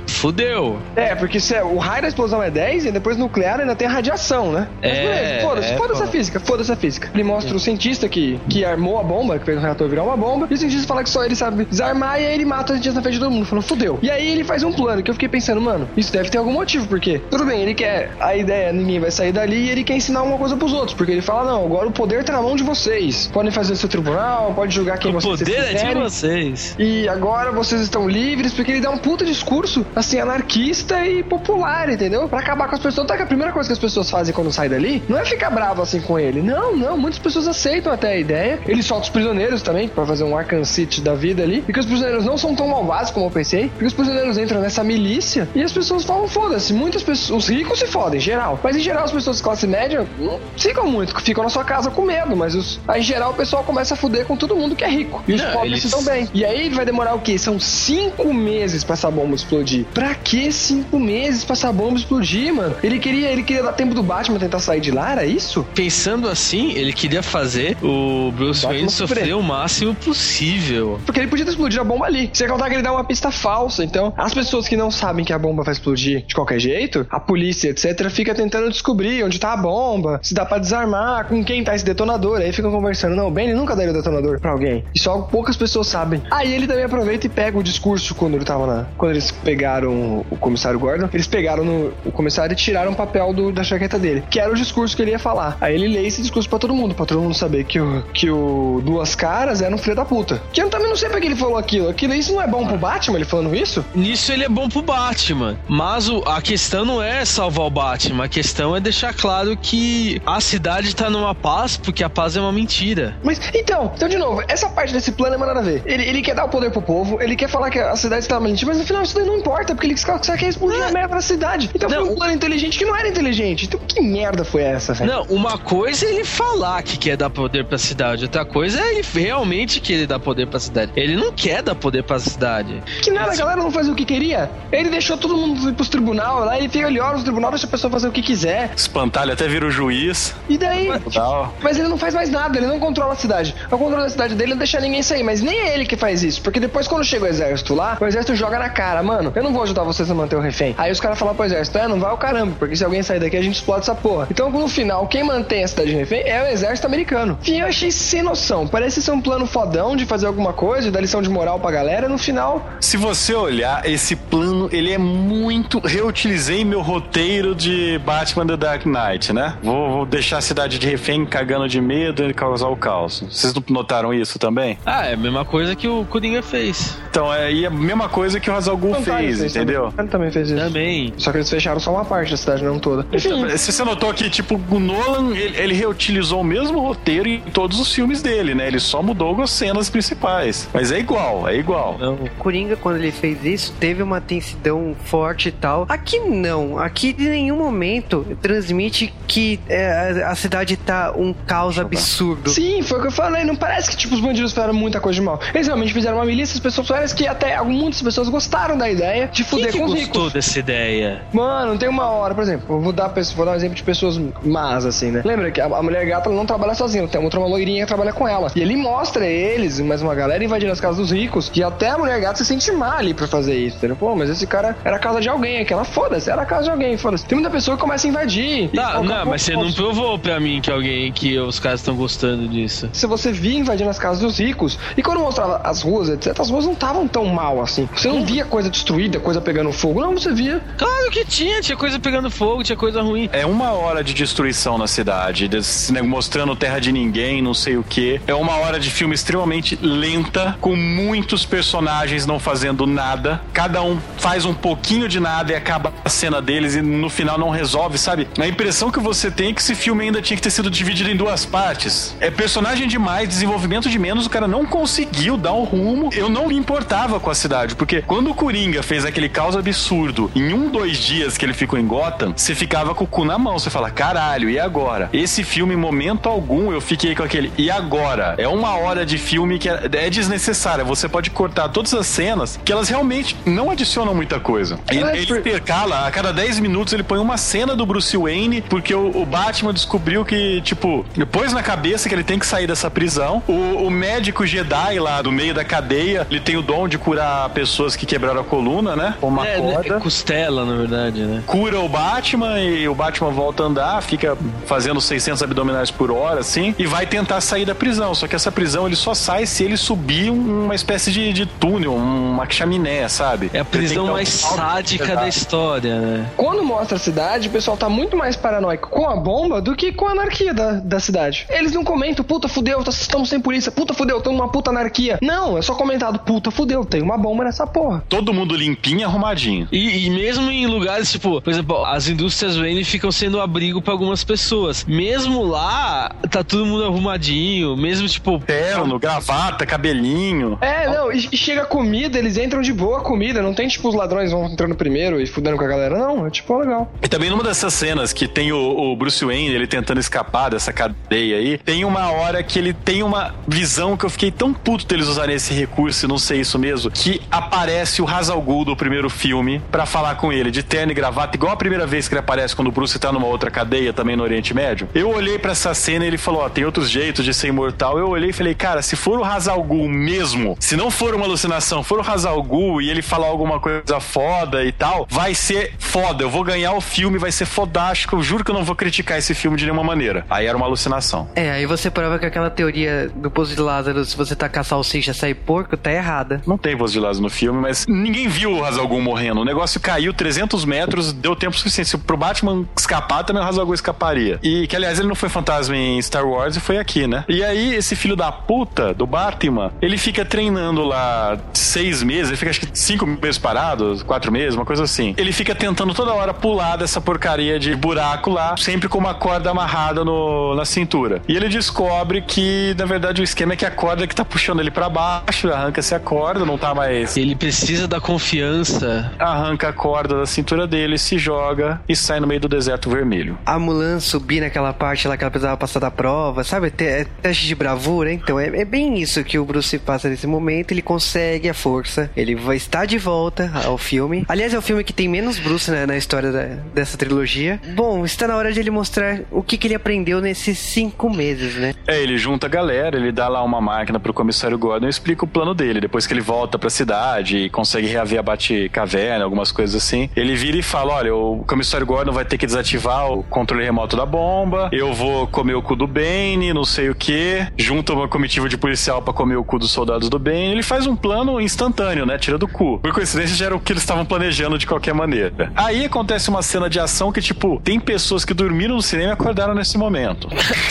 fudeu. É, porque se é, o raio da explosão é dez e depois nuclear ainda tem a radiação, né? Mas É, beleza, foda-se, é, foda-se a foda. física, foda-se a física. Ele mostra o cientista que, que armou a bomba, que fez o reator virar uma bomba, e o cientista fala que só ele sabe desarmar, e aí ele mata o cientista na frente de todo mundo, falando, fudeu. E aí ele faz um plano, que eu fiquei pensando, mano, isso deve ter algum motivo, porque, tudo bem, ele quer, a ideia, ninguém vai sair dali, e ele quer ensinar alguma coisa pros outros, porque ele fala, não, agora o poder tá na mão de vocês. Podem fazer o seu tribunal, pode julgar quem O vocês poder é de quiserem. vocês. E agora vocês estão livres, porque ele dá um puta discurso, assim, anarquista e popular, entendeu? Pra acabar com as pessoas. Tá que a primeira coisa que as pessoas fazem quando saem dali não é ficar bravo assim com ele. Não, não, muitas pessoas aceitam até a ideia. Ele solta os prisioneiros também, pra fazer um Arkham City da vida ali. E que os prisioneiros não são tão malvados como eu pensei, porque os prisioneiros entram nessa milícia e as pessoas falam, foda-se, muitas pessoas, os ricos se fodem, em geral. Mas em geral as pessoas de classe média não ficam muito, ficam na sua casa com medo, mas os, aí, em geral o pessoal começa a fuder com todo mundo que é rico. E os Não, pobres eles- se dão bem. E aí vai demorar o quê? São cinco meses pra essa bomba explodir. Pra que cinco meses pra essa bomba explodir, mano? Ele queria, ele queria dar tempo do Batman tentar sair de lá, era isso? Pensando assim, ele queria fazer o Bruce Batman Wayne sofrer. sofrer o máximo possível. Porque ele podia ter explodido a bomba ali. Sem contar que ele dá uma pista falsa. Então, as pessoas que não sabem que a bomba vai explodir de qualquer jeito, a polícia, etcétera, fica tentando descobrir onde tá a bomba, se dá pra desarmar, com quem tá esse detonador. Aí ficam conversando. Não, o Ben nunca daria o detonador pra alguém. E só poucas pessoas sabem. Aí ele também aproveita e pega o discurso quando ele tava na... Quando eles pegaram o comissário Gordon, eles pegaram no, o comissário e tiraram o papel do, da jaqueta dele, que era o discurso que ele ia falar. Aí ele lê esse discurso pra todo mundo, pra todo mundo saber que o, que o Duas Caras era um filho da puta. Que eu também não sei pra que ele falou aquilo. Aquilo, isso não é bom pro Batman, ele falando isso? Nisso ele é bom pro Batman. Mas o, a questão não é salvar o Batman. A questão é deixar claro que a cidade tá numa paz porque a paz é uma mentira. Mas, então, então de novo, essa parte desse plano é nada a ver. Ele, ele quer dar o poder pro povo, ele quer falar que a cidade está mentira, mas no final isso daí não importa, porque ele só quer explodir a merda da cidade. Então Não. foi um plano inteligente que não era inteligente. Então que merda foi essa, velho? Não, uma coisa é ele falar que quer dar poder pra cidade. Outra coisa é ele realmente querer dar poder pra cidade. Ele não quer dar poder pra cidade. Que nada, a galera não fazia o que queria. Ele deixou todo mundo ir pros tribunal lá, ele fica ali, olha, os tribunal deixa a pessoa fazer o que quiser. Espantalho até vira o juiz. E daí? Tal. Mas ele não faz mais nada, ele não controla a cidade. O controle da cidade dele é não deixar ninguém sair, mas nem é ele que faz isso. Porque depois, quando chega o exército lá, o exército joga na cara, mano, eu não vou ajudar vocês a manter o refém. Aí os caras falam pro exército, é, não vai o caramba, porque se alguém sair daqui, a gente explode essa porra. Então, no final, quem mantém a cidade de refém é o exército americano. Enfim, eu achei sem noção. Parece ser um plano fodão de fazer alguma coisa, de dar lição de moral pra galera. No final, Se você olhar, esse plano, ele é muito... Reutilizei meu roteiro de Batman The Dark Knight, né? Vou, vou deixar a cidade de refém cagando de medo e causar o caos. Vocês não notaram isso também? Ah, é a mesma coisa que o Coringa fez. Então, é e a mesma coisa que o Ra's al Ghul Fantástico, fez, isso entendeu? também. Ele também fez isso. Também. Só que eles fecharam só uma parte da cidade, não toda. Enfim, Se você notou que, tipo, o Nolan, ele, ele reutilizou o mesmo roteiro em todos os filmes dele, né? Ele só mudou algumas cenas principais. Mas é igual, é igual. Não. O Coringa, quando ele fez isso, teve uma tensidão forte e tal. Aqui não. Aqui, de nenhum momento, transmite que é, a cidade tá um caos absurdo. sim, foi o que eu falei. Não parece que, tipo, os bandidos fizeram muita coisa de mal. Eles realmente fizeram uma milícia, as pessoas parece que até muitas pessoas gostaram da ideia de Quem fuder que com os gostou ricos. dessa ideia? Mano, tem uma hora, por exemplo, eu vou dar, vou dar um exemplo de pessoas más, assim, né? Lembra que a, a mulher gata ela não trabalha sozinha, tem outra uma loirinha que trabalha com ela. E ele mostra eles, mais uma galera invadindo as casas dos ricos, e até a mulher gata se sente mal ali pra fazer isso, entendeu? Pô, mas esse cara era a casa de alguém, aquela foda-se, era a casa de alguém, foda-se. Tem muita pessoa que começa a invadir. Tá, E, não, mas você não posso- provou pra mim que alguém, que os caras estão gostando disso. Se você via invadindo as casas dos ricos, e quando mostrava as ruas, etcétera, as ruas não estavam tão mal assim. Você não via coisa destruída, coisa pegando fogo, não, você via. Claro que tinha, tinha coisa pegando fogo, tinha coisa ruim. É uma hora de destruição na cidade, desse, né, mostrando terra de ninguém, não sei o que. É uma hora de filme extremamente lenta, com muitos personagens não fazendo nada. Cada um faz um pouquinho de nada e acaba a cena deles e no final não resolve, sabe? A impressão que você tem é que esse filme ainda tinha que ter sido dividido em duas partes. É personagem demais, desenvolvimento de menos, o cara não conseguiu dar um rumo. Eu não me importava com a cidade, porque quando o Coringa fez aquele caos absurdo, em um, dois dias que ele ficou em Gotham, você ficava com o cu na mão, você fala, caralho, e agora? Esse filme, em momento algum, eu fiquei com aquele, e agora? É uma hora de filme que é, é desnecessária, você pode cortar todas as cenas, que elas realmente não adicionam muita coisa. Ele, É, ele por- intercala, a cada dez minutos ele põe uma cena do Bruce Wayne, porque o, o Batman descobriu que, tipo, depois na cabeça que ele tem que sair dessa prisão. O, o médico Jedi lá do meio da cadeia, ele tem o dom de curar pessoas que quebraram a coluna, né? Com uma É, corda. é costela, na verdade, né? Cura o Batman e o Batman volta a andar, fica fazendo seiscentos abdominais por hora, assim, e vai tentar sair da prisão. Só que essa prisão ele só sai se ele subir uma espécie de, de túnel, uma chaminé, sabe? É a prisão Ele tem mais que dar um salto sádica pesado. da história, né? Quando mostra a cidade, o pessoal tá muito mais paranoico com a bomba do que com a anarquia da, da cidade. Eles não comentam, puta, fudeu, tá- estamos sem polícia, puta, fudeu, estamos numa puta anarquia. Não, é só comentado, puta, fudeu, tem uma bomba nessa porra. Todo mundo limpinho e arrumadinho. E, e mesmo em lugares, tipo, por exemplo, as indústrias Wayne ficam sendo abrigo pra algumas pessoas. Mesmo lá, tá todo mundo arrumadinho, mesmo, tipo... Terno, gravata, cabelinho. É, não, e, e chega comida, eles entram de boa comida, não tem tipo os ladrões vão entrando primeiro e fudendo com a galera, não, é tipo legal. E também numa dessas cenas que tem o, o Bruce Wayne, ele tentando escapar dessa cadeia aí, tem uma hora que ele tem uma visão que eu fiquei tão puto deles usarem esse recurso, e não sei isso mesmo, que aparece o Ra's al Ghul do primeiro filme pra falar com ele, de terno e gravata, igual a primeira vez que ele aparece quando o Bruce tá numa outra cadeia, também no Oriente Médio. Eu olhei pra essa cena e ele falou, ó, tem outros jeitos de ser imortal. Eu olhei e falei, cara, se for o Ra's al Ghul mesmo, se não for uma alucinação, for o Ra's al Ghul e ele falar alguma coisa foda e tal, vai ser foda, eu vou ganhar o filme, vai ser fodástico, eu juro que eu não vou criticar esse filme de nenhuma maneira. Aí era uma alucinação. É, aí você prova que aquela teoria do Poço de Lázaro, se você tacar salsicha sai porco, tá errada. Não tem voz de Lázaro no filme, mas ninguém viu o Ra's al Ghul morrendo. O negócio caiu trezentos metros, deu tempo suficiente. Se pro Batman escapar, também o Ra's al Ghul escaparia. E que, aliás, ele não foi fantasma em Star Wars e foi aqui, né? E aí, esse filho da puta do Batman, ele fica treinando lá seis meses, ele fica acho que cinco meses parado, quatro meses, uma coisa assim. Ele fica tentando toda hora pular dessa porcaria de buraco lá, sempre com uma corda amarrada no, na cintura. E ele descobre que, na verdade, o esquema é que a corda que tá puxando ele pra baixo, arranca-se a corda, não tá mais... Ele precisa da confiança. Arranca a corda da cintura dele, se joga e sai no meio do deserto vermelho. A Mulan subir naquela parte lá que ela precisava passar da prova, sabe? Te- é teste de bravura, então é, é bem isso que o Bruce passa nesse momento, ele consegue a força, ele vai estar de volta ao filme. Aliás, é o filme que tem menos Bruce né, na história da- dessa trilogia. Bom, está na hora de ele mostrar o que, que ele aprendeu nesses cinco meses, né? É, ele junta a galera, ele dá lá uma máquina pro comissário Gordon e explica o plano dele. Depois que ele volta pra cidade e consegue reaver a Batcaverna, algumas coisas assim, ele vira e fala, olha, o comissário Gordon vai ter que desativar o controle remoto da bomba, eu vou comer o cu do Bane, não sei o que, junta uma comitiva de policial pra comer o cu dos soldados do Bane. Ele faz um plano instantâneo, né? Tira do cu. Por coincidência, já era o que eles estavam planejando de qualquer maneira. Aí acontece uma cena de ação que, tipo, tem pessoas que dormiram no cinema e acordaram nesse momento.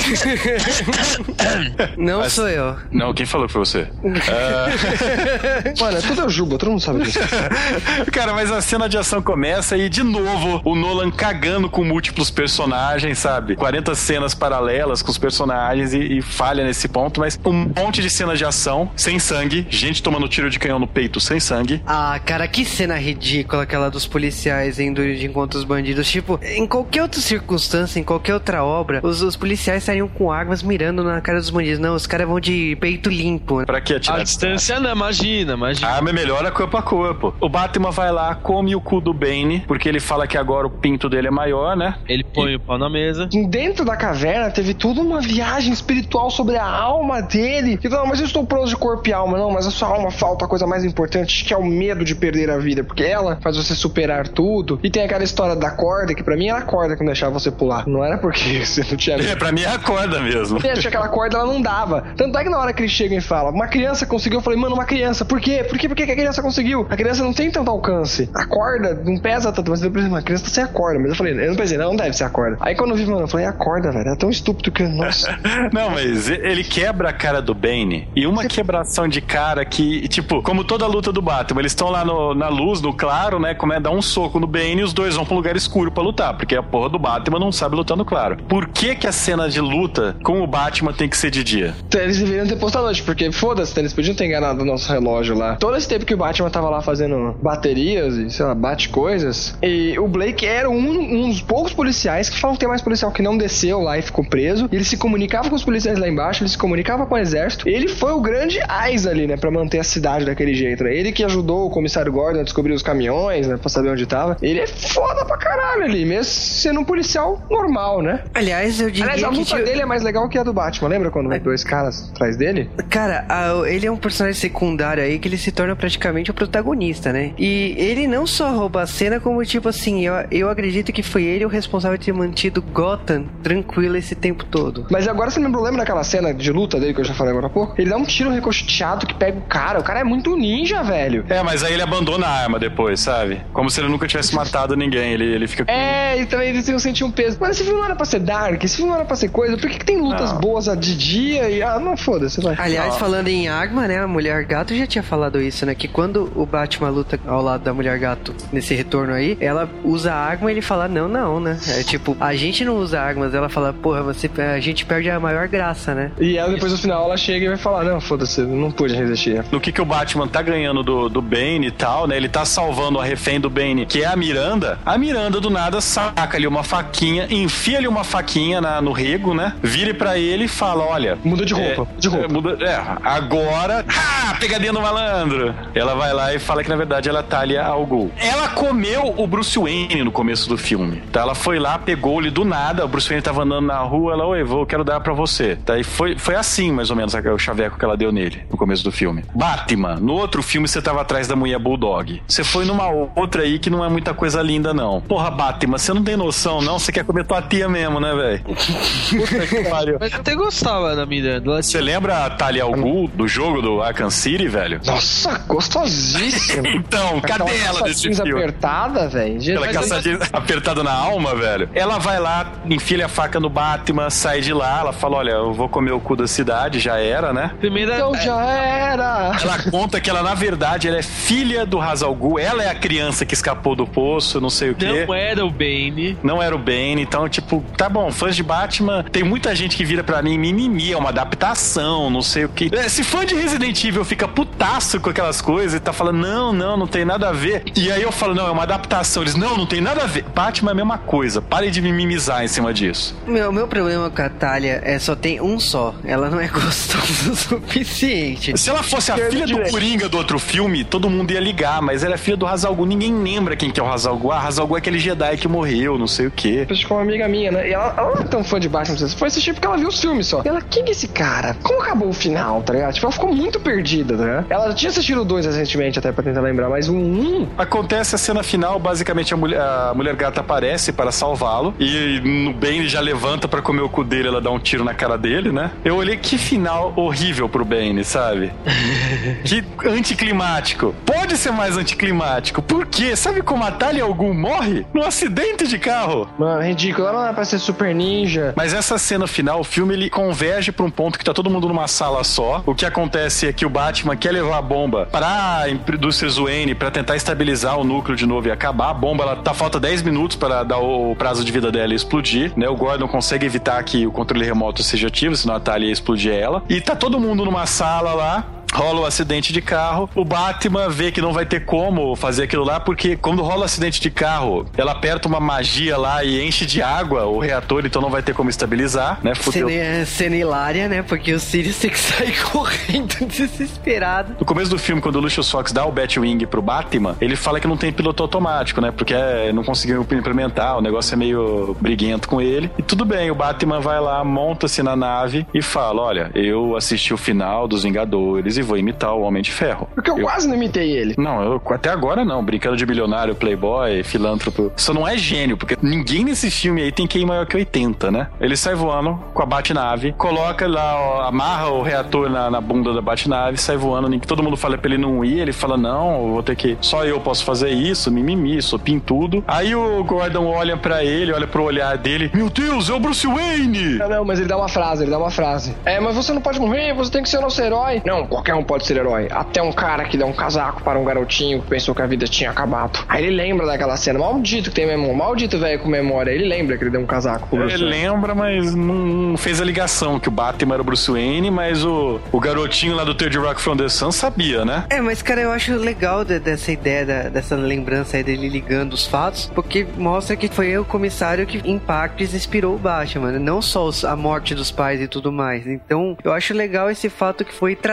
Não Mas- sou eu. Não, quem falou que foi você? Mano, é tudo é Juba, todo mundo sabe disso. Cara, mas a cena de ação começa e, de novo, o Nolan cagando com múltiplos personagens, sabe? quarenta cenas paralelas com os personagens e, e falha nesse ponto, mas um monte de cenas de ação, sem sangue, gente tomando tiro de canhão no peito sem sangue. Ah, cara, que cena ridícula aquela dos policiais indo de encontro aos bandidos. Tipo, em qualquer outra circunstância, em qualquer outra obra, os, os policiais estariam com armas mirando na cara dos bandidos. Não, os caras vão de peito limpo. Pra que atirar? A distância não, imagina, A imagina. arma é melhor a corpo a corpo. O Batman vai lá, come o cu do Bane, porque ele fala que agora o pinto dele é maior, né? Ele põe o pau na mesa. Dentro da caverna teve toda uma viagem espiritual sobre a alma dele. Que não, mas eu estou pronto de corpo e alma. Não, mas a sua alma falta a coisa mais importante, que é o medo de perder a vida. Porque ela faz você superar tudo. E tem aquela história da corda, que pra mim era a corda que não deixava você pular. Não era porque você não tinha... É, pra mim é a corda mesmo. Gente, aquela corda ela não dava. Tanto é que na hora que eles chegam e falam, uma criança conseguiu, eu falei, mano, uma criança, por quê? Por quê? Por que que a criança conseguiu? A criança não tem tanto alcance. A corda não pesa tanto, mas eu pensei, uma criança tá sem a corda. Mas eu falei, eu não pensei, não, não deve ser a corda. Aí quando eu vi, mano, eu falei, a corda, velho, é tão estúpido que, nossa. Não, mas ele quebra a cara do Bane. E uma quebração de cara que, tipo, como toda a luta do Batman, eles estão lá no, na luz, no claro, né? Como é dar um soco no Bane e os dois vão pra um lugar escuro pra lutar. Porque a porra do Batman não sabe lutar no claro. Por que que a cena de luta com o Batman tem que ser de dia? Então, eles deveriam ter postado hoje, porque foda-se, eles podiam ter enganado o nosso relógio lá. Todo esse tempo que o Batman tava lá fazendo baterias e, sei lá, bate coisas. E o Blake era um, um dos poucos policiais que falam que tem mais policial que não desceu lá e ficou preso. E ele se comunicava com os policiais lá embaixo, ele se comunicava com o exército. Ele foi o grande ás ali, né, pra manter a cidade daquele jeito, né? Ele que ajudou o comissário Gordon né? Descobrir os caminhões, né? Pra saber onde tava. Ele é foda pra caralho ali, mesmo sendo um policial normal, né? Aliás, eu diria Aliás, a que... luta tipo... dele é mais legal que a do Batman. Lembra quando vem dois caras atrás dele? Cara, a, ele é um personagem secundário aí que ele se torna praticamente o protagonista, né? E ele não só rouba a cena, como tipo assim, eu, eu acredito que foi ele o responsável de ter mantido Gotham tranquilo esse tempo todo. Mas agora você me lembrou, lembra daquela cena de luta dele que eu já falei agora há pouco? Ele dá um tiro ricocheteado que pega o cara. O cara é muito ninja, velho. É, mas aí ele abandona a arma depois, sabe? Como se ele nunca tivesse matado ninguém. Ele, ele fica... É, e também eles iam sentir um peso. Mas esse filme não era pra ser dark, esse filme não era pra ser coisa. Por que, que tem lutas não. boas de dia e... Ah, não, foda-se, vai. Aliás, ah. falando em arma, né? A Mulher Gato já tinha falado isso, né? Que quando o Batman luta ao lado da Mulher Gato nesse retorno aí, ela usa a arma e ele fala, não, não, né? É tipo, a gente não usa armas. Ela fala, porra, você, a gente perde a maior graça, né? E ela depois no final ela chega e vai falar, não, foda-se, não pude resistir. No que que o Batman tá ganhando do, do Bane e tal, né? Ele tá salvando a refém do Bane, que é a Miranda. A Miranda, do nada, saca ali uma faquinha, enfia ali uma faquinha na, no rego, né? Vira pra ele e fala, olha... Muda de roupa, é, de roupa. É, muda, é, agora... Ah, pegadinha do malandro! Ela vai lá e fala que, na verdade, ela tá ali ao gol. Ela comeu o Bruce Wayne no começo do filme. Tá? Ela foi lá, pegou-lhe do nada, o Bruce Wayne tava andando na rua, ela, oi, vou, quero dar pra você. Tá? E foi, foi assim, mais ou menos, o chaveco que ela deu nele, no começo do filme. Batman, no outro filme você tava atrás da mulher Bulldog. Você foi numa outra aí que não é muita coisa linda, não. Porra, Batman, você não tem noção, não? Você quer comer tua tia mesmo, né, velho? Puta que pariu. Mas eu até gostava da Miranda. Ela... Você lembra a Talia al Ghul do jogo do Arkham City, velho? Nossa, gostosíssima. Então, cadê ela desse filme? apertada, velho. Aquela caçadinha apertada na alma, velho. Ela vai lá, enfia a faca no Batman, sai de lá, ela fala, olha, eu vou comer o cu da cidade, já era, né? Primeira... Então já era. Ela conta que ela, na verdade, ela é filha do Ra's al Ghul, ela é a criança que escapou do poço, não sei o quê. Não era o Bane. Não era o Bane, então, tipo, tá bom, fãs de Batman, tem muita gente que vira pra mim, mimimi, é uma adaptação, não sei o quê. Se fã de Resident Evil fica putaço com aquelas coisas e tá falando, não, não, não tem nada a ver. E aí eu falo, não, é uma adaptação. Eles, não, não tem nada a ver. Batman é a mesma coisa, parem de me mimizar em cima disso. Meu, meu problema com a Talia é só tem um só. Ela não é gostosa o suficiente. Se ela fosse a filha do Coringa do outro filme, todo mundo ia ligar, mas ela é filha do Ra's al Ghul. Ninguém lembra quem que é o Ra's al Ghul. Ah, Ra's al Ghul é aquele Jedi que morreu, não sei o quê. Eu com uma amiga minha, né? E ela, ela não é tão fã de Batman, você foi assistir porque ela viu os filmes só. E ela, quem é esse cara? Como acabou o final, tá ligado? Tipo, ela ficou muito perdida, né? Ela tinha assistido o dois recentemente, até pra tentar lembrar, mas o um... Acontece a cena final, basicamente a mulher, a mulher gata aparece para salvá-lo e no Bane já levanta pra comer o cu dele, ela dá um tiro na cara dele, né? Eu olhei, que final horrível pro Bane, sabe? Que anticlimático. Pode ser mais anticlimático. Por quê? Sabe como a Talia al Ghul morre? Num acidente de carro. Mano, ridículo. Ela não é pra ser super ninja. Mas essa cena final, o filme, ele converge pra um ponto que tá todo mundo numa sala só. O que acontece é que o Batman quer levar a bomba pra indústria Wayne pra tentar estabilizar o núcleo de novo e acabar. A bomba, ela tá falta dez minutos para dar o prazo de vida dela e explodir, né? O Gordon consegue evitar que o controle remoto seja ativo, senão a Talia ia explodir ela. E tá todo mundo numa sala lá. Rola o um acidente de carro, o Batman vê que não vai ter como fazer aquilo lá, porque quando rola o um acidente de carro, ela aperta uma magia lá e enche de água o reator, então não vai ter como estabilizar, né? Cena, cena hilária, né? Porque o Sirius tem que sair correndo desesperado. No começo do filme, quando o Lucius Fox dá o Batwing pro Batman, ele fala que não tem piloto automático, né? Porque é, não conseguiu implementar, o negócio é meio briguento com ele. E tudo bem, o Batman vai lá, monta-se na nave e fala, olha, eu assisti o final dos Vingadores e vou imitar o Homem de Ferro. Porque eu, eu... quase não imitei ele. Não, eu, até agora não. Brincando de bilionário, playboy, filântropo. Só não é gênio, porque ninguém nesse filme aí tem Q I maior que oitenta, né? Ele sai voando com a Batnave, coloca lá, ó, amarra o reator na, na bunda da Batnave, sai voando. Todo mundo fala pra ele não ir, ele fala, não, eu vou ter que... Só eu posso fazer isso, mimimi, sou pintudo. Aí o Gordon olha pra ele, olha pro olhar dele, meu Deus, é o Bruce Wayne! Não, não, mas ele dá uma frase, ele dá uma frase. É, mas você não pode morrer, você tem que ser o nosso herói. Não, qualquer um pode ser herói. Até um cara que deu um casaco para um garotinho que pensou que a vida tinha acabado. Aí ele lembra daquela cena. Maldito que tem memória. Maldito velho com memória. Ele lembra que ele deu um casaco pro Bruce Ele Wayne. lembra, mas não fez a ligação que o Batman era o Bruce Wayne, mas o, o garotinho lá do Third Rock from the Sun sabia, né? É, mas cara, eu acho legal de, dessa ideia, da, dessa lembrança aí dele ligando os fatos, porque mostra que foi o comissário que em partes inspirou o Batman, né? Não só os, a morte dos pais e tudo mais. Então, eu acho legal esse fato que foi trazido de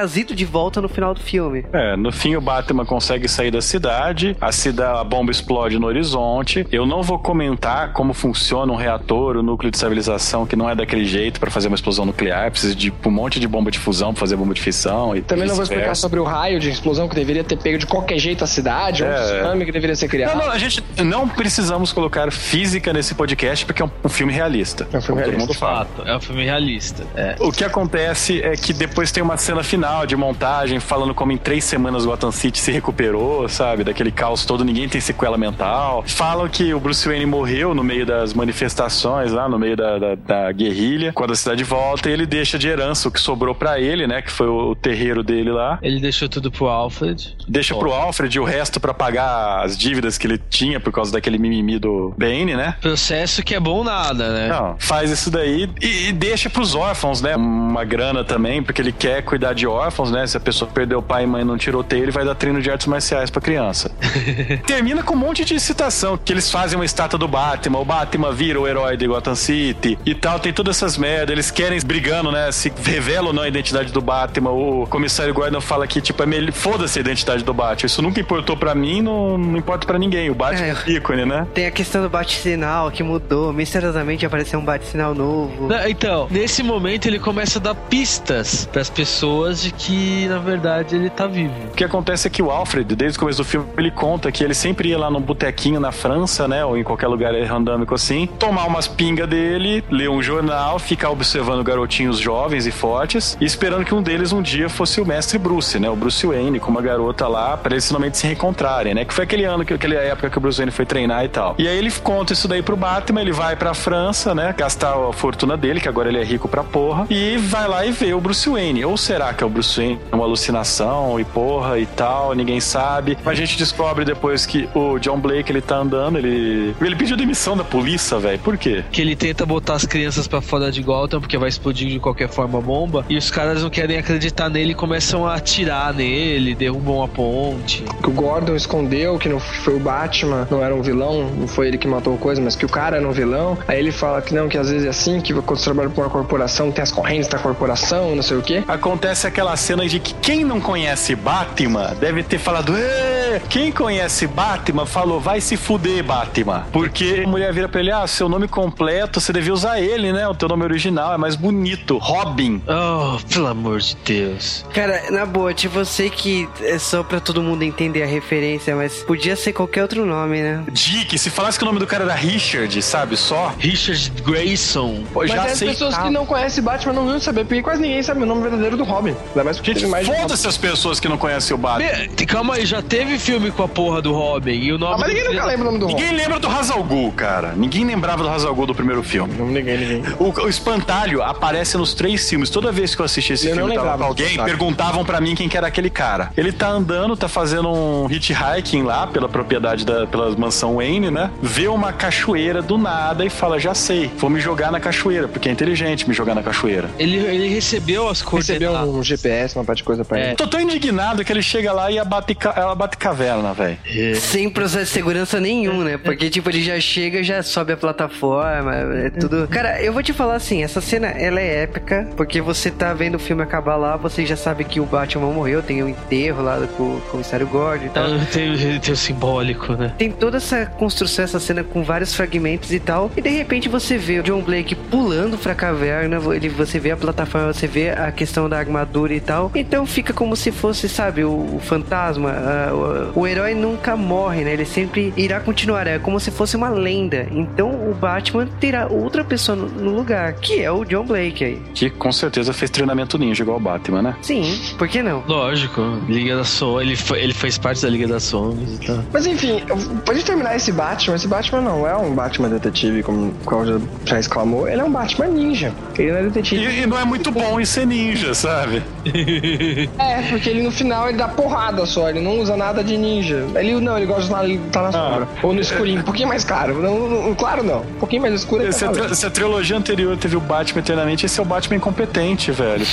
volta no final do filme. É, no fim o Batman consegue sair da cidade, a cidade, a bomba explode no horizonte. Eu não vou comentar como funciona um reator, o núcleo de estabilização, que não é daquele jeito pra fazer uma explosão nuclear, precisa de um monte de bomba de fusão pra fazer bomba de fissão. E também não vou explicar sobre o raio de explosão que deveria ter pego de qualquer jeito a cidade, é. ou um tsunami que deveria ser criado. Não, não, a gente não precisamos colocar física nesse podcast porque é um, um filme realista. É um filme realista. Fato, é um filme realista. É. O que acontece é que depois tem uma cena final de montagem falando como em três semanas o Gotham City se recuperou, sabe? Daquele caos todo, ninguém tem sequela mental. Falam que o Bruce Wayne morreu no meio das manifestações lá, no meio da, da, da guerrilha. Quando a cidade volta, ele deixa de herança o que sobrou pra ele, né? Que foi o, o terreiro dele lá. Ele deixou tudo pro Alfred. Deixa oh. pro Alfred e o resto pra pagar as dívidas que ele tinha por causa daquele mimimi do Bane, né? Processo que é bom nada, né? Não, faz isso daí e, e deixa pros órfãos, né? Uma grana também, porque ele quer cuidar de órfãos, né? Se a pessoa perdeu pai e mãe num tiroteio, ele vai dar treino de artes marciais pra criança. Termina com um monte de citação, que eles fazem uma estátua do Batman, o Batman vira o herói de Gotham City e tal, tem todas essas merdas, eles querem brigando, né? Se revela ou não a identidade do Batman, o comissário Gordon fala que, tipo, é melhor, foda-se a identidade do Batman, isso nunca importou pra mim, não, não importa pra ninguém, o Batman é o ícone, né? Tem a questão do bate-sinal que mudou, misteriosamente apareceu um bate-sinal novo. Não, então, nesse momento ele começa a dar pistas pras pessoas de que, na verdade, ele tá vivo. O que acontece é que o Alfred, desde o começo do filme, ele conta que ele sempre ia lá num botequinho na França, né, ou em qualquer lugar randômico assim, tomar umas pingas dele, ler um jornal, ficar observando garotinhos jovens e fortes, e esperando que um deles um dia fosse o mestre Bruce, né, o Bruce Wayne, com uma garota lá, pra eles finalmente se reencontrarem, né, que foi aquele ano, aquela época que o Bruce Wayne foi treinar e tal. E aí ele conta isso daí pro Batman, ele vai pra França, né, gastar a fortuna dele, que agora ele é rico pra porra, e vai lá e vê o Bruce Wayne. Ou será que é o Bruce Wayne? É uma alucinação e porra e tal, ninguém sabe. Mas a gente descobre depois que o John Blake, ele tá andando, ele ele pediu demissão da polícia, velho. Por quê? Que ele tenta botar as crianças pra fora de Gotham, porque vai explodir de qualquer forma a bomba, e os caras não querem acreditar nele e começam a atirar nele, derrubam a ponte. Que o Gordon escondeu, que não foi o Batman, não era um vilão, não foi ele que matou a coisa, mas que o cara era um vilão. Aí ele fala que não, que às vezes é assim, que quando você trabalha com uma corporação, tem as correntes da corporação, não sei o quê. Acontece aquela cena de que quem não conhece Batman deve ter falado, ê! Quem conhece Batman falou, vai se fuder, Batman. Porque a mulher vira pra ele, ah, seu nome completo, você devia usar ele, né? O teu nome original é mais bonito, Robin. Oh, pelo amor de Deus. Cara, na boa, tipo, eu sei que é só pra todo mundo entender a referência, mas podia ser qualquer outro nome, né? Dick, se falasse que o nome do cara era Richard, sabe, só? Richard Grayson. Mas já as pessoas que não conhecem Batman não iam saber, porque quase ninguém sabe o nome verdadeiro do Robin. Ainda mais porque gente, mais foda-se as pessoas que não conhecem o Batman. Me... Calma aí, já teve filme com a porra do Robin e o nome... Ah, mas ninguém nunca lembra o nome do Robin. Ninguém lembra do Ra's al Ghul, cara. Ninguém lembrava do Ra's al Ghul do primeiro filme. Não ninguém, ninguém. O, o Espantalho aparece nos três filmes. Toda vez que eu assisti esse eu filme, tava com alguém, perguntavam pra mim quem que era aquele cara. Ele tá andando, tá fazendo um hitchhiking lá pela propriedade da pela mansão Wayne, né? Vê uma cachoeira do nada e fala, já sei, vou me jogar na cachoeira, porque é inteligente me jogar na cachoeira. Ele, ele recebeu as coisas. Recebeu um G P S, uma parte de coisa pra é. ele. Tô tão indignado que ele chega lá e abate, ela bate caverna, velho. É. Sem processo de segurança nenhum, né? Porque, tipo, ele já chega, já sobe a plataforma, é tudo... Cara, eu vou te falar assim, essa cena, ela é épica, porque você tá vendo o filme acabar lá, você já sabe que o Batman morreu, tem o enterro lá do comissário Gordon e tal. Tem, tem o simbólico, né? Tem toda essa construção, essa cena com vários fragmentos e tal, e de repente você vê o John Blake pulando pra caverna, ele, você vê a plataforma, você vê a questão da armadura e tal, então fica como se fosse, sabe, o, o fantasma, a, o, o herói nunca morre, né? Ele sempre irá continuar, é como se fosse uma lenda. Então o Batman terá outra pessoa no, no lugar, que é o John Blake aí. Que com certeza fez treinamento ninja igual o Batman, né? Sim, por que não? Lógico, Liga da Sombra, ele, ele fez parte da Liga das Sombras e tal. Mas enfim, pode terminar esse Batman, esse Batman não é um Batman detetive, como o qual já, já exclamou, ele é um Batman ninja, ele não é detetive. E, e não é muito bom em ser ninja, sabe? É, porque ele no final ele dá porrada só, ele não usa nada de ninja. Ele não, ele gosta de estar na sombra. Ah. Ou no escurinho, um pouquinho mais caro. Não, não, claro não, um pouquinho mais escuro é se, a tri- se a trilogia anterior teve o Batman eternamente, esse é o Batman incompetente, velho.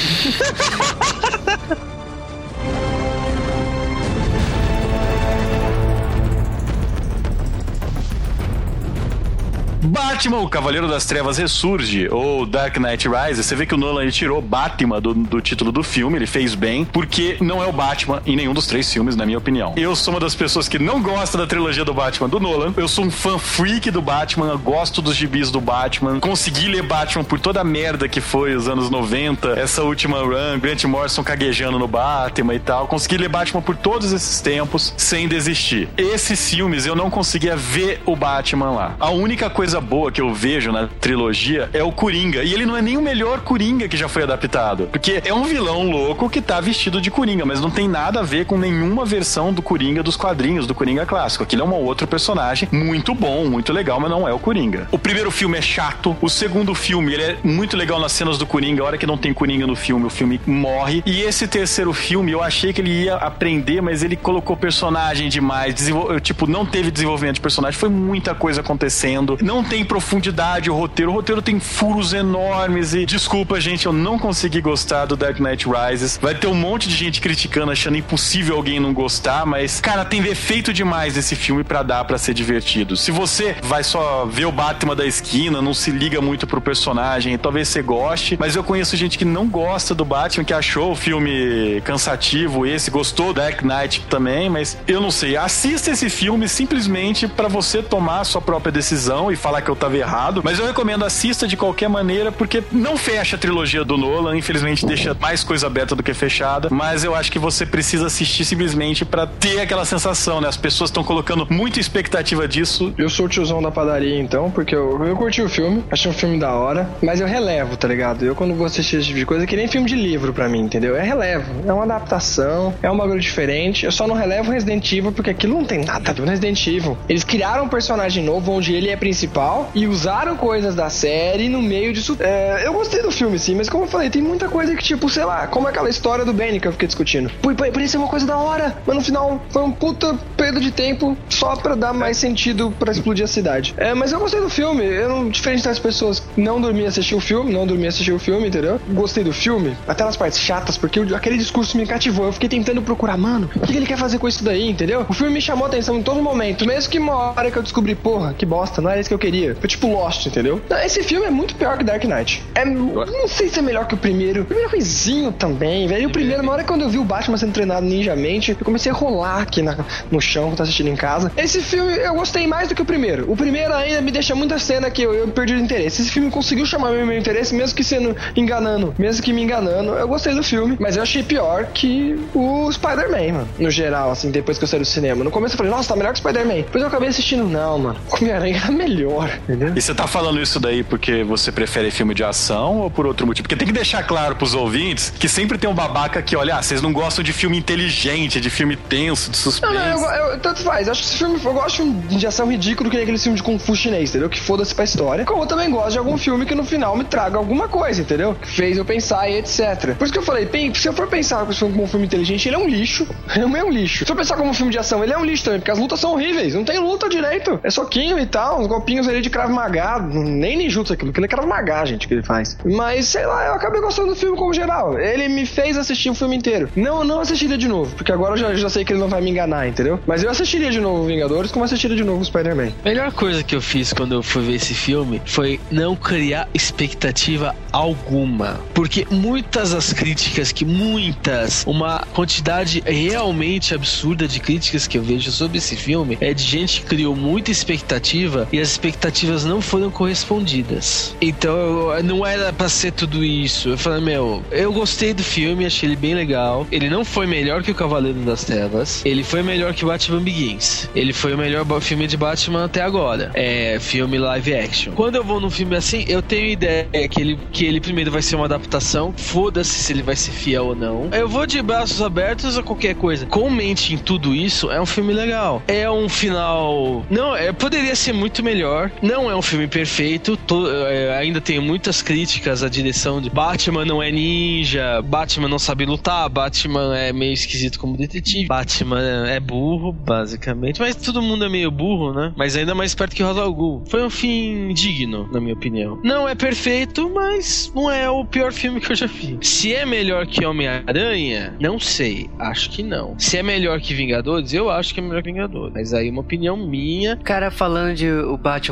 Batman, o Cavaleiro das Trevas ressurge, ou Dark Knight Rises. Você vê que o Nolan ele tirou Batman do, do título do filme, ele fez bem, porque não é o Batman em nenhum dos três filmes, na minha opinião. Eu sou uma das pessoas que não gosta da trilogia do Batman do Nolan, eu sou um fã freak do Batman, eu gosto dos gibis do Batman, consegui ler Batman por toda a merda que foi os anos noventa, essa última run, Grant Morrison caguejando no Batman e tal, consegui ler Batman por todos esses tempos, sem desistir. Esses filmes eu não conseguia ver o Batman lá. A única coisa boa que eu vejo na trilogia é o Coringa, e ele não é nem o melhor Coringa que já foi adaptado, porque é um vilão louco que tá vestido de Coringa, mas não tem nada a ver com nenhuma versão do Coringa dos quadrinhos, do Coringa clássico. Aquilo é um outro personagem muito bom, muito legal, mas não é o Coringa. O primeiro filme é chato, o segundo filme ele é muito legal nas cenas do Coringa, a hora que não tem Coringa no filme, o filme morre, e esse terceiro filme eu achei que ele ia aprender, mas ele colocou personagem demais, desenvol... tipo, não teve desenvolvimento de personagem, foi muita coisa acontecendo, não tem profundidade o roteiro, o roteiro tem furos enormes e, desculpa gente, eu não consegui gostar do Dark Knight Rises. Vai ter um monte de gente criticando, achando impossível alguém não gostar, mas, cara, tem defeito demais esse filme pra dar pra ser divertido. Se você vai só ver o Batman da esquina, não se liga muito pro personagem, talvez você goste, mas eu conheço gente que não gosta do Batman, que achou o filme cansativo, esse, gostou do Dark Knight também, mas eu não sei. Assista esse filme simplesmente pra você tomar a sua própria decisão e falar que eu tava errado, mas eu recomendo, assista de qualquer maneira, porque não fecha a trilogia do Nolan, infelizmente deixa mais coisa aberta do que fechada, mas eu acho que você precisa assistir simplesmente pra ter aquela sensação, né? As pessoas estão colocando muita expectativa disso. Eu sou o tiozão da padaria, então, porque eu, eu curti o filme, achei um filme da hora, mas eu relevo, tá ligado? Eu quando vou assistir esse tipo de coisa, é que nem filme de livro pra mim, entendeu? É relevo, é uma adaptação, é um bagulho diferente, eu só não relevo Resident Evil, porque aquilo não tem nada a ver com Resident Evil. Eles criaram um personagem novo, onde ele é principal, e usaram coisas da série no meio disso. É, eu gostei do filme, sim, mas como eu falei, tem muita coisa que, tipo, sei lá, como aquela história do Benny que eu fiquei discutindo. Pô, parecia uma coisa da hora, mas no final foi um puta perda de tempo só pra dar mais sentido pra explodir a cidade. É, mas eu gostei do filme, eu não, diferente das pessoas, não dormi assistir o filme, não dormi assistir o filme, entendeu? Gostei do filme, até nas partes chatas, porque o, aquele discurso me cativou, eu fiquei tentando procurar, mano, o que, que ele quer fazer com isso daí, entendeu? O filme me chamou a atenção em todo momento, mesmo que uma hora que eu descobri, porra, que bosta, não era isso que eu queria. Foi tipo Lost, entendeu? Não, esse filme é muito pior que Dark Knight. É, não sei se é melhor que o primeiro. O primeiro é ruizinho também, velho. E o primeiro, na hora quando eu vi o Batman sendo treinado ninjamente, eu comecei a rolar aqui na, no chão, que tá assistindo em casa. Esse filme eu gostei mais do que o primeiro. O primeiro ainda me deixa muita cena que eu, eu perdi o interesse. Esse filme conseguiu chamar meu, meu interesse, mesmo que sendo enganando, mesmo que me enganando. Eu gostei do filme, mas eu achei pior que o Spider-Man, mano. No geral, assim, depois que eu saí do cinema. No começo eu falei, nossa, tá melhor que o Spider-Man. Depois eu acabei assistindo, não, mano. O Homem-Aranha era melhor, entendeu? E você tá falando isso daí porque você prefere filme de ação ou por outro motivo? Porque tem que deixar claro pros ouvintes que sempre tem um babaca que olha, ah, vocês não gostam de filme inteligente, de filme tenso, de suspense. Não, não, eu, eu, tanto faz. Eu acho que esse filme, eu gosto de filme de ação ridículo que nem aquele filme de Kung Fu chinês, entendeu? Que foda-se pra história. Como eu também gosto de algum filme que no final me traga alguma coisa, entendeu? Que fez eu pensar e etcétera. Por isso que eu falei, se eu for pensar como um filme inteligente, ele é um lixo. Ele é um lixo. Se eu pensar como um filme de ação, ele é um lixo também, porque as lutas são horríveis. Não tem luta direito. É soquinho e tal, uns golpinhos ali de Krav Maga. Nem ninjutsu aquilo, aquilo é Krav Maga, gente, que ele faz. Mas, sei lá, eu acabei gostando do filme como geral. Ele me fez assistir o filme inteiro. Não, eu não assistiria de novo, porque agora eu já, já sei que ele não vai me enganar, entendeu? Mas eu assistiria de novo Vingadores, como assistiria de novo o Spider-Man. A melhor coisa que eu fiz quando eu fui ver esse filme foi não criar expectativa alguma. Porque muitas das críticas, que muitas, uma quantidade realmente absurda de críticas que eu vejo sobre esse filme, é de gente que criou muita expectativa e as expectativas não foram correspondidas. Então, eu, não era pra ser tudo isso. Eu falei, meu, eu gostei do filme, achei ele bem legal. Ele não foi melhor que o Cavaleiro das Trevas. Ele foi melhor que Batman Begins. Ele foi o melhor filme de Batman até agora. É, filme live action. Quando eu vou num filme assim, eu tenho ideia que ele, que ele primeiro vai ser uma adaptação. Foda-se se ele vai ser fiel ou não. Eu vou de braços abertos a qualquer coisa. Com mente em tudo isso, é um filme legal. É um final... Não, é, poderia ser muito melhor. Não é um filme perfeito. Tô, é, ainda tenho muitas críticas à direção de Batman não é ninja, Batman não sabe lutar, Batman é meio esquisito como detetive, Batman é burro, basicamente. Mas todo mundo é meio burro, né? Mas ainda mais perto que Ra's al Ghul. Foi um fim digno, na minha opinião. Não é perfeito, mas não é o pior filme que eu já vi. Se é melhor que Homem-Aranha, não sei. Acho que não. Se é melhor que Vingadores, eu acho que é melhor que Vingadores. Mas aí uma opinião minha. Cara, falando de o Batman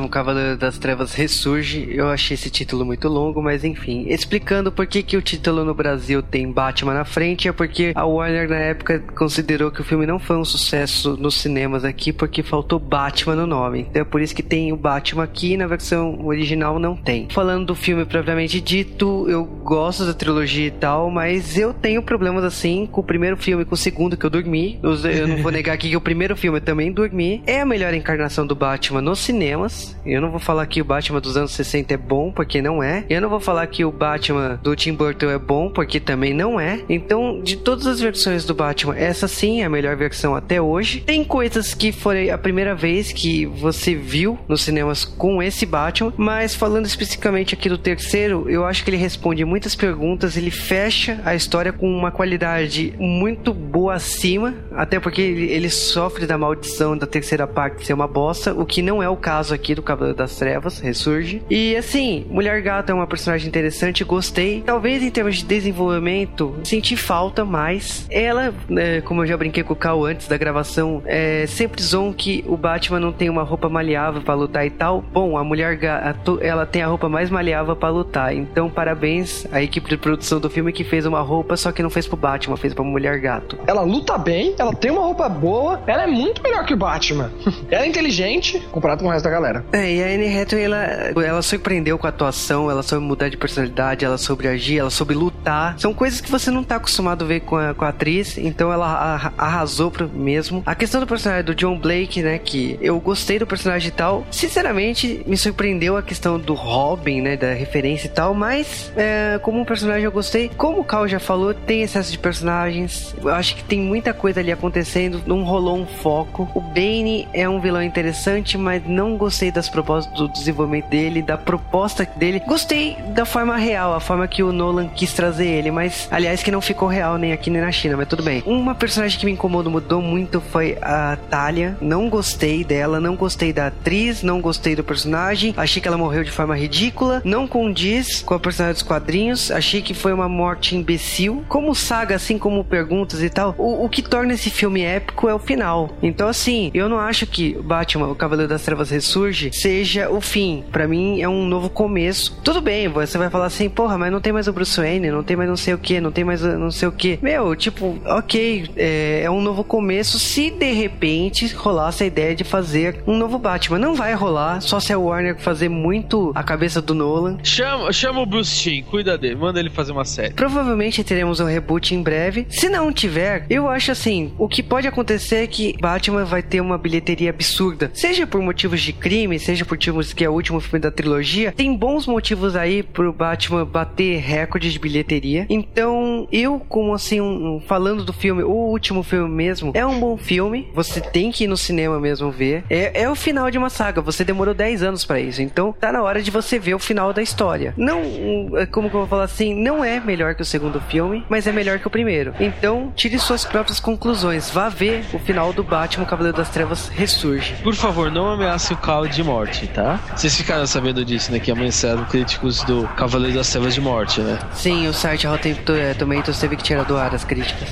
Batman Cavaleiro das Trevas Ressurge. Eu achei esse título muito longo, mas enfim. Explicando por que, que o título no Brasil tem Batman na frente, é porque a Warner na época considerou que o filme não foi um sucesso nos cinemas aqui, porque faltou Batman no nome. Então é por isso que tem o Batman aqui, na versão original não tem. Falando do filme propriamente dito, eu gosto da trilogia e tal, mas eu tenho problemas assim com o primeiro filme e com o segundo, que eu dormi. Eu não vou negar aqui que o primeiro filme eu também dormi. É a melhor encarnação do Batman nos cinemas. Eu não vou falar que o Batman dos anos sessenta é bom, porque não é. Eu não vou falar que o Batman do Tim Burton é bom, porque também não é. Então, de todas as versões do Batman, essa sim é a melhor versão até hoje. Tem coisas que foi a primeira vez que você viu nos cinemas com esse Batman, mas falando especificamente aqui do terceiro, eu acho que ele responde muitas perguntas, ele fecha a história com uma qualidade muito boa acima, até porque ele, ele sofre da maldição da terceira parte ser uma bosta, o que não é o caso aqui do Cavaleiro das Trevas Ressurge. E assim, Mulher Gato é uma personagem interessante, gostei. Talvez em termos de desenvolvimento, senti falta, mas ela, né, como eu já brinquei com o Cal antes da gravação, é sempre zoam que o Batman não tem uma roupa maleável pra lutar e tal. Bom, a Mulher Gato, ela tem a roupa mais maleável pra lutar, então parabéns à equipe de produção do filme que fez uma roupa, só que não fez pro Batman, fez pra Mulher Gato. Ela luta bem, ela tem uma roupa boa, ela é muito melhor que o Batman. Ela é inteligente, comparado com o resto da galera. É, e a Anne Hathaway, ela, ela surpreendeu com a atuação, ela soube mudar de personalidade, ela soube agir, ela soube lutar. São coisas que você não tá acostumado a ver com a, com a atriz, então ela arrasou pro mesmo. A questão do personagem do John Blake, né, que eu gostei do personagem e tal, sinceramente, me surpreendeu a questão do Robin, né, da referência e tal, mas é, como um personagem eu gostei. Como o Cal já falou, tem excesso de personagens, eu acho que tem muita coisa ali acontecendo, não rolou um foco. O Bane é um vilão interessante, mas não gostei das propostas do desenvolvimento dele, da proposta dele. Gostei da forma real, a forma que o Nolan quis trazer ele, mas, aliás, que não ficou real nem aqui nem na China, mas tudo bem. Uma personagem que me incomodou, mudou muito, foi a Talia. Não gostei dela, não gostei da atriz, não gostei do personagem, achei que ela morreu de forma ridícula, não condiz com a personagem dos quadrinhos, achei que foi uma morte imbecil. Como saga, assim como perguntas e tal, o, o que torna esse filme épico é o final. Então, assim, eu não acho que Batman, o Cavaleiro das Trevas Ressurge, seja o fim. Pra mim, é um novo começo. Tudo bem, você vai falar assim, porra, mas não tem mais o Bruce Wayne, não tem mais não sei o que, não tem mais não sei o que. Meu, tipo, ok, é, é um novo começo se de repente rolasse a ideia de fazer um novo Batman. Não vai rolar, só se a Warner fazer muito a cabeça do Nolan. Chama, chama o Bruce Timm, cuida dele, manda ele fazer uma série. Provavelmente teremos um reboot em breve. Se não tiver, eu acho assim, o que pode acontecer é que Batman vai ter uma bilheteria absurda, seja por motivos de crime, seja por motivos que é o último filme da trilogia. Tem bons motivos aí pro Batman bater recorde de bilheteria. Então, eu, como assim, um, um, falando do filme, o último filme mesmo, é um bom filme. Você tem que ir no cinema mesmo ver. É, é o final de uma saga. Você demorou dez anos pra isso. Então, tá na hora de você ver o final da história. Não, como que eu vou falar assim, não é melhor que o segundo filme, mas é melhor que o primeiro. Então, tire suas próprias conclusões. Vá ver o final do Batman Cavaleiro das Trevas Ressurge. Por favor, não ameace o Cal de morte, tá? Vocês ficaram sabendo disso, né? Que amanheceram críticos do Cavaleiro das Trevas de morte, né? Sim, o site Rotten Tomatoes teve que tirar do ar as críticas.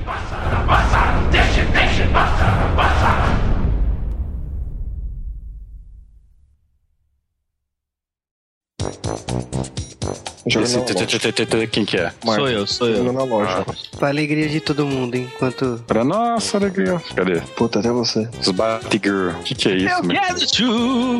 Quem que é? Sou eu, sou eu. Na loja. Pra alegria de todo mundo, enquanto... Pra nossa alegria. Cadê? Puta, até você. Os Batgirl. O que que é isso, Eu meu? quero tchu!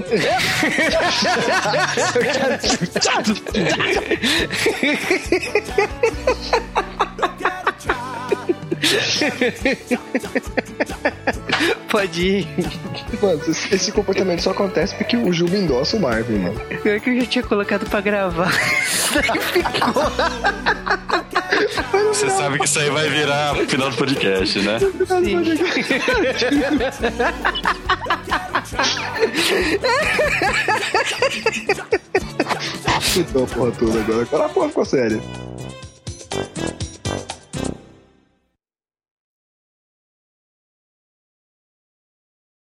Pode ir. Mano, esse, esse comportamento só acontece porque o Juba endossa o Marvel, mano. Pior que eu já tinha colocado pra gravar. Isso aí ficou. Você sabe que isso aí vai virar o final do podcast, né? Sim. Então, porra toda agora. Agora a porra ficou séria.